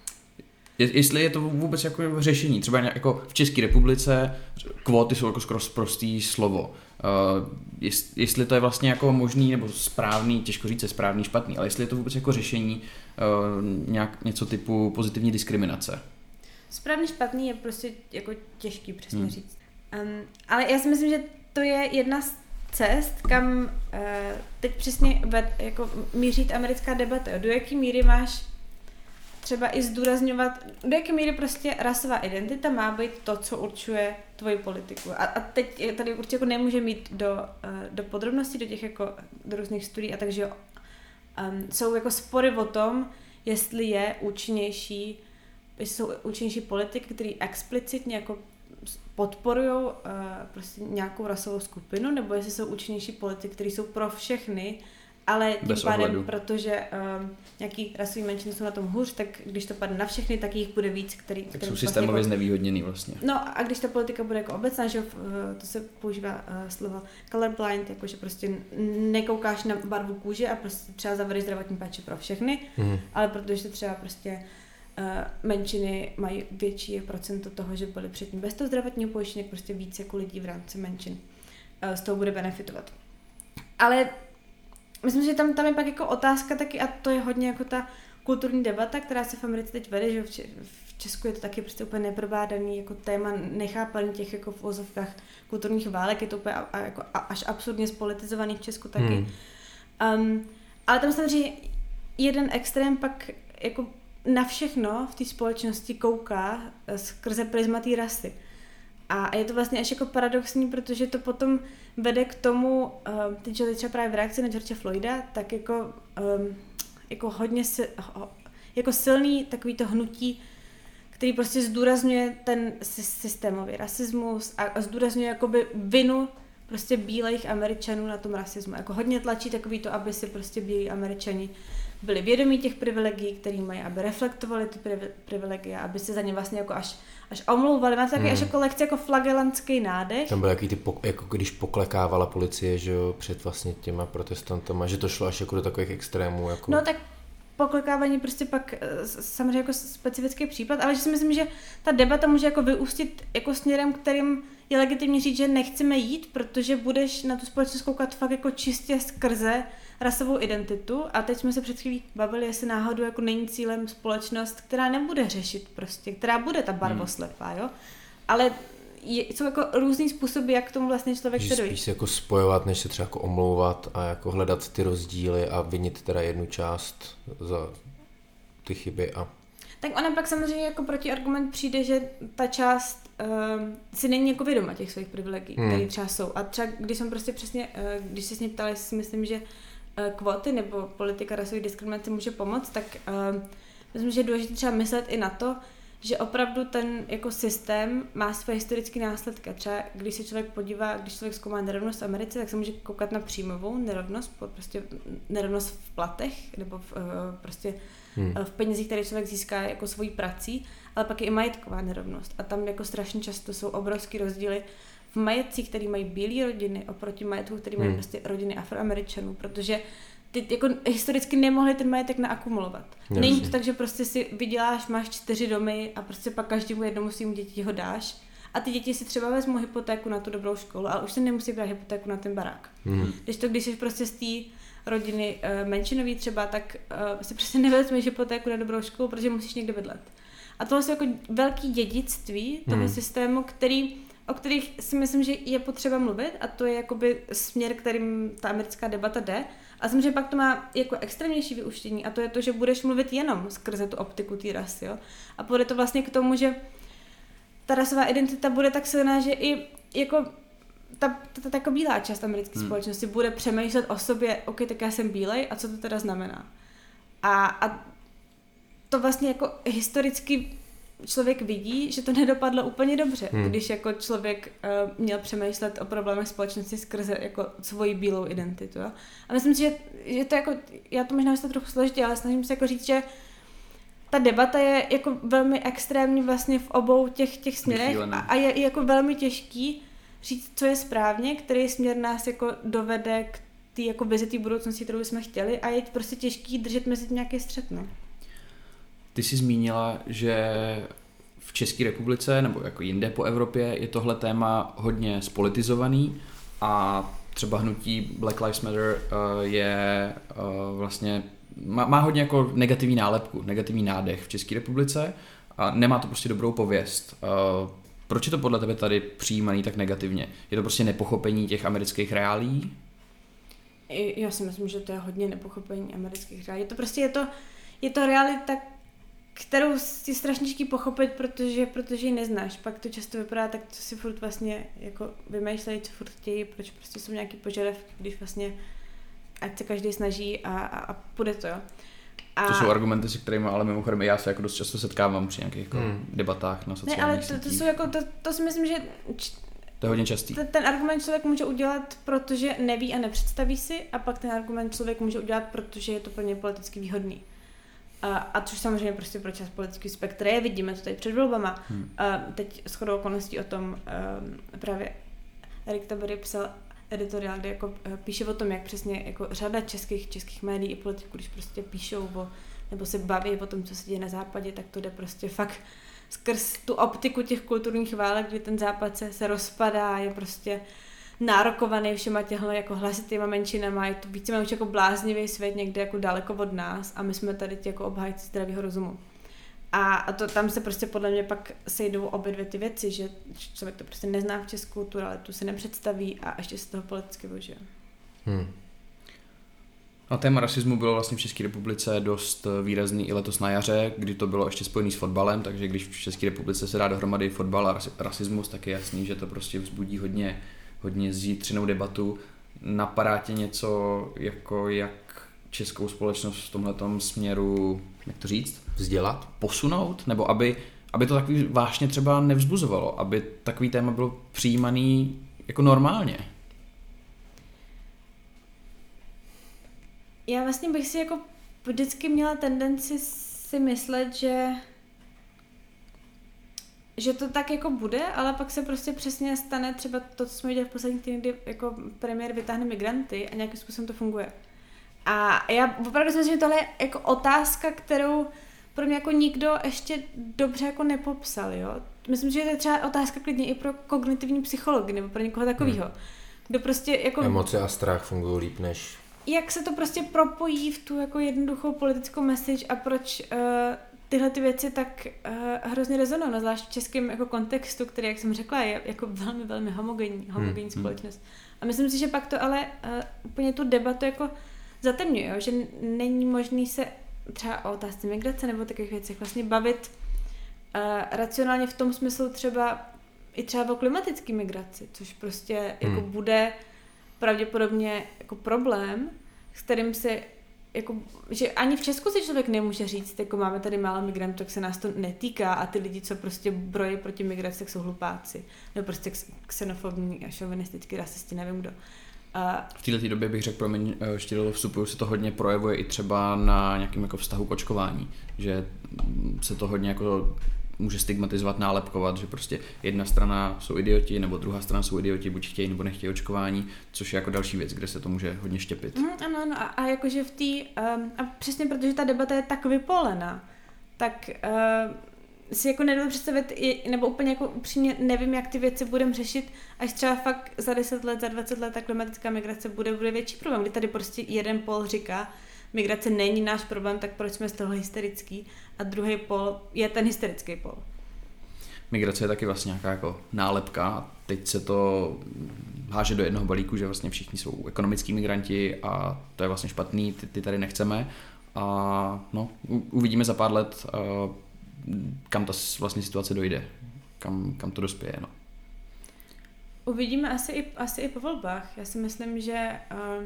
Je, jestli je to vůbec jako řešení, třeba jako v České republice kvóty jsou jako skoro prostý slovo. Uh, jest, jestli to je vlastně jako možný nebo správný, těžko říct, je správný, špatný, ale jestli je to vůbec jako řešení uh, nějak něco typu pozitivní diskriminace. Správný, špatný je prostě jako těžký přesně hmm. říct. Um, ale já si myslím, že to je jedna z cest, kam uh, teď přesně ved, jako míří americká debata. Jo. Do jaký míry máš třeba i zdůrazňovat, do jaké míry prostě rasová identita má být to, co určuje tvoji politiku. A, a teď tady určitě jako nemůže mít do, uh, do podrobností, do těch jako do různých studií a takže um, jsou jako spory o tom, jestli je účinnější, jestli jsou účinnější politiky, které explicitně jako podporují uh, prostě nějakou rasovou skupinu, nebo jestli jsou účinnější politiky, které jsou pro všechny, ale tím bez pádem, ohledu. protože um, nějaký rasový menšiny jsou na tom hůř, tak když to padne na všechny, tak jich bude víc, který... Tak jsou systémově vlastně znevýhodněný vlastně. No a když ta politika bude jako obecná, že to se používá uh, slovo colorblind, jakože prostě nekoukáš na barvu kůže a prostě třeba zavedeš zdravotní péči pro všechny, mm. ale protože třeba prostě uh, menšiny mají větší procento toho, že byly předtím bez toho zdravotního pojištění, prostě víc jako lidí v rámci menšin uh, z toho bude benefitovat. Ale myslím, že tam, tam je pak jako otázka taky, a to je hodně jako ta kulturní debata, která se v Americe teď vede, že v Česku je to taky prostě úplně neprobádaný jako téma, nechápaný těch jako v ozovkách kulturních válek, je to úplně a, a, jako a, až absurdně spolitizovaný v Česku taky. Hmm. Um, ale tam samozřejmě jeden extrém pak jako na všechno v té společnosti kouká skrze prisma té rasy. A je to vlastně až jako paradoxní, protože to potom vede k tomu, teď třeba právě v reakci na George Floyda, tak jako, jako hodně jako silný takový to hnutí, který prostě zdůrazňuje ten systémový rasismus a zdůrazňuje jakoby vinu prostě bílých Američanů na tom rasismu. Jako hodně tlačí takový to, aby si prostě bílí Američani byli vědomí těch privilegií, který mají, aby reflektovali ty privilegie, aby se za ně vlastně jako až, až omlouvali. Má to takový hmm. až jako lekce jako flagelantský nádech. Tam byl jaký ty, jako když poklekávala policie, že jo, před vlastně těma protestantama, že to šlo až jako do takových extrémů. Jako... No tak poklekávání prostě pak samozřejmě jako specifický případ, ale že si myslím, že ta debata může jako vyústit jako směrem, kterým je legitimní říct, že nechceme jít, protože budeš na tu společnost koukat fakt jako čistě skrze rasovou identitu a teď jsme se před chvílí bavili, jestli náhodou jako není cílem společnost, která nebude řešit prostě, která bude ta barvoslepá, jo, ale je, jsou jako různý způsoby, jak k tomu vlastně člověk se dojít. Spíš se jako spojovat, než se třeba jako omlouvat a jako hledat ty rozdíly a vinit teda jednu část za ty chyby a... Tak ona pak samozřejmě jako protiargument přijde, že ta část uh, si není jako vědoma těch svých privilegií, hmm. které třeba jsou. A třeba když jsem prostě přesně, uh, když se s ní ptala, jestli si myslím, že uh, kvóty nebo politika rasové diskriminace může pomoct, tak uh, myslím, že je důležité třeba myslet i na to, že opravdu ten jako systém má své historické následky. Třeba když se člověk podívá, když člověk zkoumá nerovnost v Americe, tak se může koukat na příjmovou nerovnost, prostě nerovnost v platech nebo v, uh, prostě hmm. v penězích, které člověk získá jako svojí prací, ale pak je i majetková nerovnost. A tam jako strašně často jsou obrovský rozdíly v majetcích, který mají bílé rodiny oproti majetku, který mají hmm. prostě rodiny Afroameričanů, protože ty ty jako historicky nemohli ten majetek naakumulovat. Jasně. Není to tak, že prostě si vyděláš, máš čtyři domy a prostě pak každému jednomu svým děti ho dáš a ty děti si třeba vezmou hypotéku na tu dobrou školu, ale už se nemusí brát hypotéku na ten barák. Hmm. Když to, když jsi prostě z té rodiny uh, menšinový třeba, tak uh, si prostě nevezmeš hypotéku na dobrou školu, protože musíš někde bydlet. A tohle jsou jako velký dědictví toho hmm. systému, který, o kterých si myslím, že je potřeba mluvit a to je jakoby směr, kterým ta americká debata jde. A samozřejmě pak to má jako extrémnější vyústění a to je to, že budeš mluvit jenom skrze tu optiku té rasy. Jo? A půjde to vlastně k tomu, že ta rasová identita bude tak silná, že i jako ta, ta, ta, ta jako bílá část americké hmm. společnosti bude přemýšlet o sobě, ok, tak já jsem bílej a co to teda znamená. A, a to vlastně jako historicky člověk vidí, že to nedopadlo úplně dobře, hmm. když jako člověk uh, měl přemýšlet o problémech společnosti skrze jako svoji bílou identitu. Jo? A myslím si, že, že to jako, já to možná myslím trochu složitě, ale snažím se jako říct, že ta debata je jako velmi extrémní vlastně v obou těch, těch směrech a, a je jako velmi těžký říct, co je správně, který směr nás jako dovede k té jako vizi té budoucnosti, kterou jsme chtěli a je prostě těžký držet mezi tím nějaký střet. No. Ty jsi zmínila, že v České republice nebo jako jinde po Evropě je tohle téma hodně spolitizovaný a třeba hnutí Black Lives Matter je vlastně, má, má hodně jako negativní nálepku, negativní nádech v České republice a nemá to prostě dobrou pověst. Proč je to podle tebe tady přijímaný tak negativně? Je to prostě nepochopení těch amerických reálií? Já si myslím, že to je hodně nepochopení amerických reálí. To prostě je to, je to realita, kterou je strašně těžký pochopit, protože, protože ji neznáš. Pak to často vypadá tak, co si furt vlastně jako vymýšlejí, co furt chtějí, proč prostě jsou nějaký požadavky, když vlastně ať se každý snaží a, a, a půjde to, jo. A... To jsou argumenty, se kterými ale mimochodem já se jako dost často setkávám při nějakých jako hmm. debatách na sociálních Ne, ale to, to sítích. jsou jako, to, to si myslím, že to je hodně častý. Ten, ten argument člověk může udělat, protože neví a nepředstaví si, a pak ten argument člověk může udělat, protože je to pro ně politicky výhodný. A, a což samozřejmě prostě pro část politický spektra je, vidíme to tady před volbama. Hmm. A teď shodou okolností o tom um, právě Erik Tabery psal editoriál, kde jako píše o tom, jak přesně jako řada českých českých médií i politiků, když prostě píšou o, nebo se baví o tom, co se děje na západě, tak to jde prostě fakt skrz tu optiku těch kulturních válek, kdy ten západ se, se rozpadá, je prostě nárokovaný všema těhle jako hlasitýma menšinama, je to víceméně už jako bláznivý svět někde jako daleko od nás a my jsme tady ti jako obhájci zdravého rozumu. A, a to tam se prostě podle mě pak sejdou obě dvě ty věci, že člověk to prostě nezná v českou kulturu, ale tu se nepředstaví a ještě se toho politicky využije. Hmm. A téma rasismu bylo vlastně v České republice dost výrazný i letos na jaře, kdy to bylo ještě spojený s fotbalem, takže když v České republice se dá dohromady fotbal a rasismus, tak je jasný, že to prostě vzbudí hodně, hodně zítřinou debatu. Napadá tě něco, jako jak českou společnost v tomhletom směru, jak to říct? Vzdělat? Posunout? Nebo aby, aby to takový vážně třeba nevzbuzovalo, aby takový téma bylo přijímaný jako normálně? Já vlastně bych si jako vždycky měla tendenci si myslet, že že to tak jako bude, ale pak se prostě přesně stane třeba to, co jsme viděli v posledních týdnech, kdy jako premiér vytáhne migranty a nějakým způsobem to funguje. A já opravdu si myslím, že tohle je jako otázka, kterou pro mě jako nikdo ještě dobře jako nepopsal, jo. Myslím, že to je třeba otázka klidně i pro kognitivní psychologii nebo pro někoho takového. Hmm. Kdo prostě jako... Emoce a strach fungují líp než... Jak se to prostě propojí v tu jako jednoduchou politickou message a proč uh, tyhle ty věci tak uh, hrozně rezonují, no, zvlášť v českém jako kontextu, který, jak jsem řekla, je jako velmi, velmi homogenní, homogenní hmm. společnost. A myslím si, že pak to ale uh, úplně tu debatu jako zatemňuje, jo? Že není možný se třeba o otázce migrace nebo takových věcech vlastně bavit uh, racionálně v tom smyslu třeba i třeba o klimatické migraci, což prostě hmm. jako bude pravděpodobně jako problém, s kterým se jako, že ani v Česku si člověk nemůže říct, jako máme tady málo migrantů, tak se nás to netýká a ty lidi, co prostě brojí proti migraci, tak jsou hlupáci. Nebo prostě xenofobní a šovinistický rasisti, nevím kdo. A... V této době bych řekl, promiň, Štědilo vstupuju, se to hodně projevuje i třeba na nějakém jako vztahu k očkování, že se to hodně jako může stigmatizovat, nálepkovat, že prostě jedna strana jsou idioti, nebo druhá strana jsou idioti, buď chtějí nebo nechtějí očkování, což je jako další věc, kde se to může hodně štěpit. Mm, ano, ano, a, a jakože v té, um, a přesně protože ta debata je tak vypolená, tak uh, si jako nedovedu představit, nebo úplně jako upřímně nevím, jak ty věci budeme řešit, až třeba fakt za deset let, za dvacet let ta klimatická migrace bude, bude větší problém, kdy tady prostě jeden pol říká, migrace není náš problém, tak proč jsme z toho hysterický, a druhý pol je ten hysterický pol. Migrace je taky vlastně nějaká jako nálepka, teď se to háže do jednoho balíku, že vlastně všichni jsou ekonomický migranti a to je vlastně špatný, ty, ty tady nechceme a no, uvidíme za pár let, kam ta vlastně situace dojde, kam, kam to dospěje. No. Uvidíme asi i, asi i po volbách. Já si myslím, že, uh,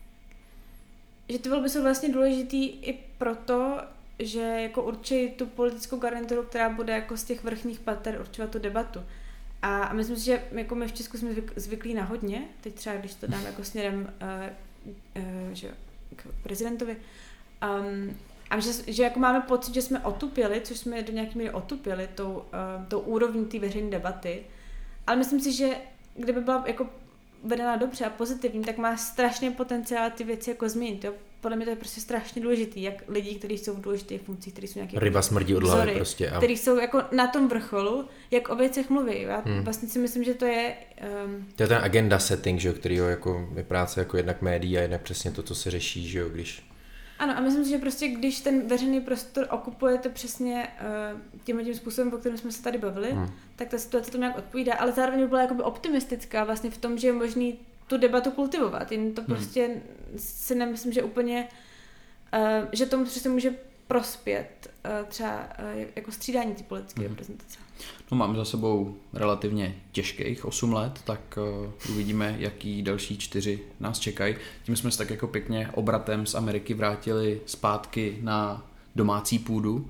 že ty volby jsou vlastně důležitý i proto, že jako určí tu politickou garnituru, která bude jako z těch vrchních pater určovat tu debatu. A, a myslím si, že jako my v Česku jsme zvyk, zvyklí na hodně, teď třeba když to dám jako směrem uh, uh, že, k prezidentovi, um, a že, že jako máme pocit, že jsme otupěli, což jsme do nějaké míry otupěli tou, uh, tou úrovní té veřejné debaty. Ale myslím si, že kdyby byla jako vedena dobře a pozitivní, tak má strašný potenciál ty věci jako změnit. Jo? Podle mě to je prostě strašně důležitý, jak lidi, kteří jsou v důležitých funkcích, kteří jsou nějaké ryba smrdí od hlavy prostě. A... kteří jsou jako na tom vrcholu, jak o věcech mluví. Já hmm. vlastně si myslím, že to je... Um... To je ten agenda setting, že jo, kterýho jako je práce jako jednak médií a jednak přesně to, co se řeší, že jo, když... Ano, a myslím si, že prostě když ten veřejný prostor okupujete přesně uh, tím tím způsobem, o kterém jsme se tady bavili, hmm. tak ta situace tomu nějak odpovídá, ale zároveň by byla jakoby optimistická vlastně v tom, že je možný tu debatu kultivovat. Jen to prostě hmm. si nemyslím, že úplně, uh, že tomu přesně může prospět uh, třeba uh, jako střídání ty politické hmm. reprezentace. No, máme za sebou relativně těžkých osm let, tak uh, uvidíme, jaký další čtyři nás čekají. Tím jsme se tak jako pěkně obratem z Ameriky vrátili zpátky na domácí půdu.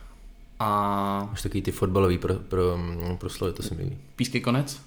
A... Máš takový ty fotbalový pro, pro, proslovy, to se mi líbí. Pískej konec?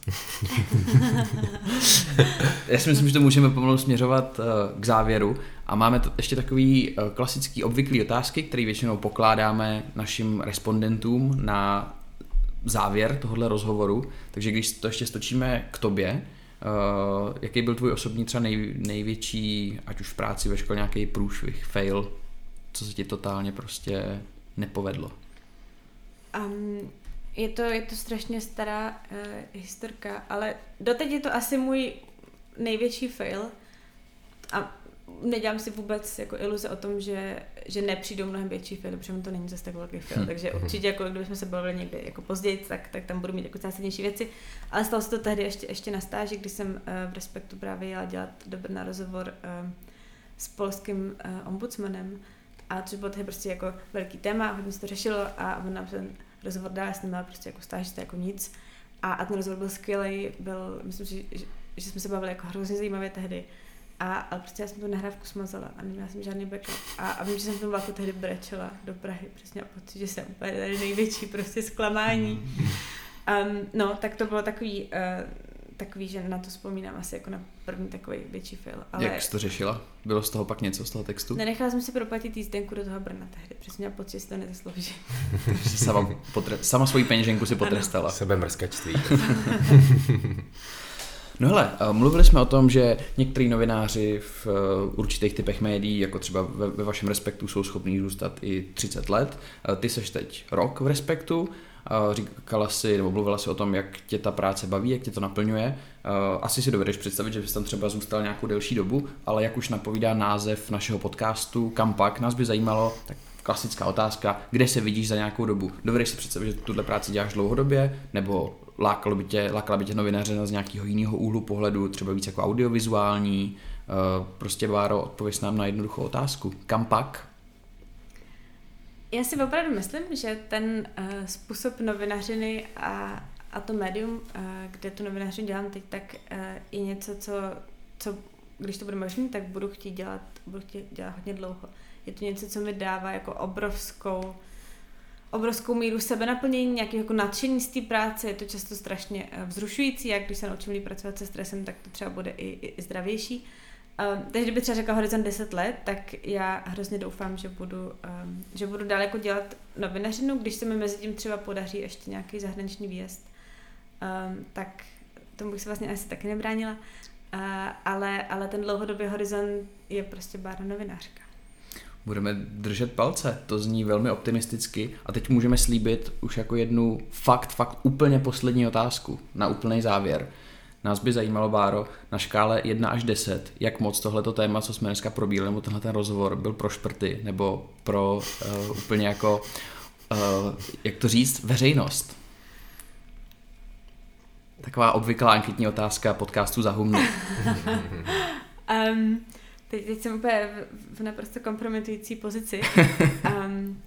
Já si myslím, že to můžeme pomalu směřovat uh, k závěru. A máme to ještě takový uh, klasický obvyklý otázky, které většinou pokládáme našim respondentům na závěr tohohle rozhovoru, takže když to ještě stočíme k tobě, uh, jaký byl tvůj osobní třeba nej, největší, ať už v práci, ve škole, nějaký průšvih, fail, co se ti totálně prostě nepovedlo? Um, je, to, je to strašně stará uh, historka, ale doteď je to asi můj největší fail a nedělám si vůbec jako iluze o tom, že, že nepřijdou mnohem větší fail, protože to není zase tak velký fail, takže určitě jako kdybychom se bavili někdy jako později, tak, tak tam budu mít jako zásadnější věci, ale stalo se to tehdy ještě, ještě na stáži, když jsem uh, v Respektu právě jela dělat do Brna rozhovor uh, s polským uh, ombudsmanem, a což bylo tehdy prostě jako velký téma, hodně se to řešilo a on nám ten rozhovor dal, já jsem měla prostě jako stážista jako nic a, a ten rozhovor byl skvělý, byl, myslím, že, že, že jsme se bavili jako hrozně zajímavě tehdy. A, ale prostě já jsem tu nahrávku smazala a neměla jsem žádný backup. A, a vím, že jsem v tom vlaku tehdy brečela do Prahy. Přesně a pocit, že jsem úplně tady největší prostě zklamání. Um, no, tak to bylo takový, uh, takový, že na to vzpomínám asi jako na první takový větší fail. Ale... Jak jsi to řešila? Bylo z toho pak něco, z toho textu? Nenechala jsem si proplatit jízdenku do toho Brna tehdy. Přesně měla pocit, že si to nezaslouží. sama, potre... sama svoji peněženku si potrestala. Sebemrskačství. No hele, mluvili jsme o tom, že některý novináři v určitých typech médií, jako třeba ve, ve vašem Respektu, jsou schopní zůstat i třicet let. Ty seš teď rok v Respektu, říkala si, nebo mluvila si o tom, jak tě ta práce baví, jak tě to naplňuje. Asi si dovedeš představit, že bys tam třeba zůstal nějakou delší dobu, ale jak už napovídá název našeho podcastu, kam pak, nás by zajímalo, tak klasická otázka, kde se vidíš za nějakou dobu. Dovedeš si představit, že tuhle práci děláš dlouhodobě, nebo lákalo by tě, lákala by tě novináře z nějakého jiného úhlu pohledu, třeba víc jako audiovizuální. Prostě, Báro, odpověz nám na jednoduchou otázku. Kam pak? Já si opravdu myslím, že ten uh, způsob novinařiny a, a to médium, uh, kde tu novinařinu dělám teď, tak uh, je něco, co, co když to bude možné, tak budu chtít dělat, budu chtít dělat hodně dlouho. Je to něco, co mi dává jako obrovskou obrovskou míru sebenaplnění, nějaké jako nadšení z té práce, je to často strašně vzrušující, jak když se naučím líp pracovat se stresem, tak to třeba bude i, i, i zdravější. Uh, takže kdyby třeba řekla horizont deset let, tak já hrozně doufám, že budu, um, že budu dál jako dělat novinařinu, když se mi mezi tím třeba podaří ještě nějaký zahraniční výjezd, um, tak tomu bych se vlastně asi taky nebránila, uh, ale, ale ten dlouhodobý horizont je prostě Bára novinářka. Budeme držet palce, to zní velmi optimisticky a teď můžeme slíbit už jako jednu fakt, fakt úplně poslední otázku na úplný závěr. Nás by zajímalo, Báro, na škále jedna až deset, jak moc tohleto téma, co jsme dneska probírali, nebo tenhle ten rozhovor byl pro šprty, nebo pro uh, úplně jako, uh, jak to říct, veřejnost. Taková obvyklá anketní otázka podcastu Za humny. um, teď, teď jsem úplně v, v naprosto kompromitující pozici. Um,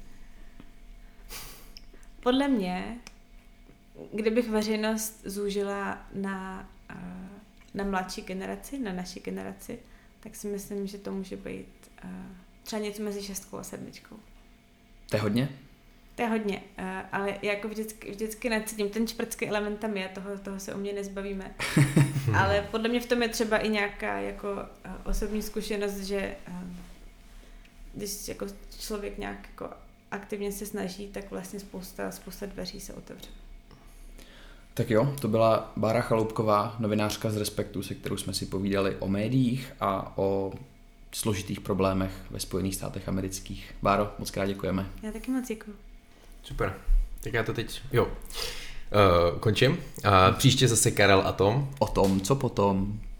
podle mě, kdybych veřejnost zúžila na, uh, na mladší generaci, na naší generaci, tak si myslím, že to může být uh, třeba něco mezi šestkou a sedmičkou. To je hodně? To je hodně, uh, ale jako vždycky, vždycky necítím, ten šprtský element tam je, toho, toho se u mě nezbavíme. Ale podle mě v tom je třeba i nějaká jako uh, osobní zkušenost, že uh, když jako člověk nějak jako aktivně se snaží, tak vlastně spousta, spousta dveří se otevře. Tak jo, to byla Bára Chaloupková, novinářka z Respektu, se kterou jsme si povídali o médiích a o složitých problémech ve Spojených státech amerických. Báro, moc krát děkujeme. Já taky moc děkuju. Super, tak já to teď, jo, uh, končím. Uh, příště zase Karel a Tom. O tom, co potom.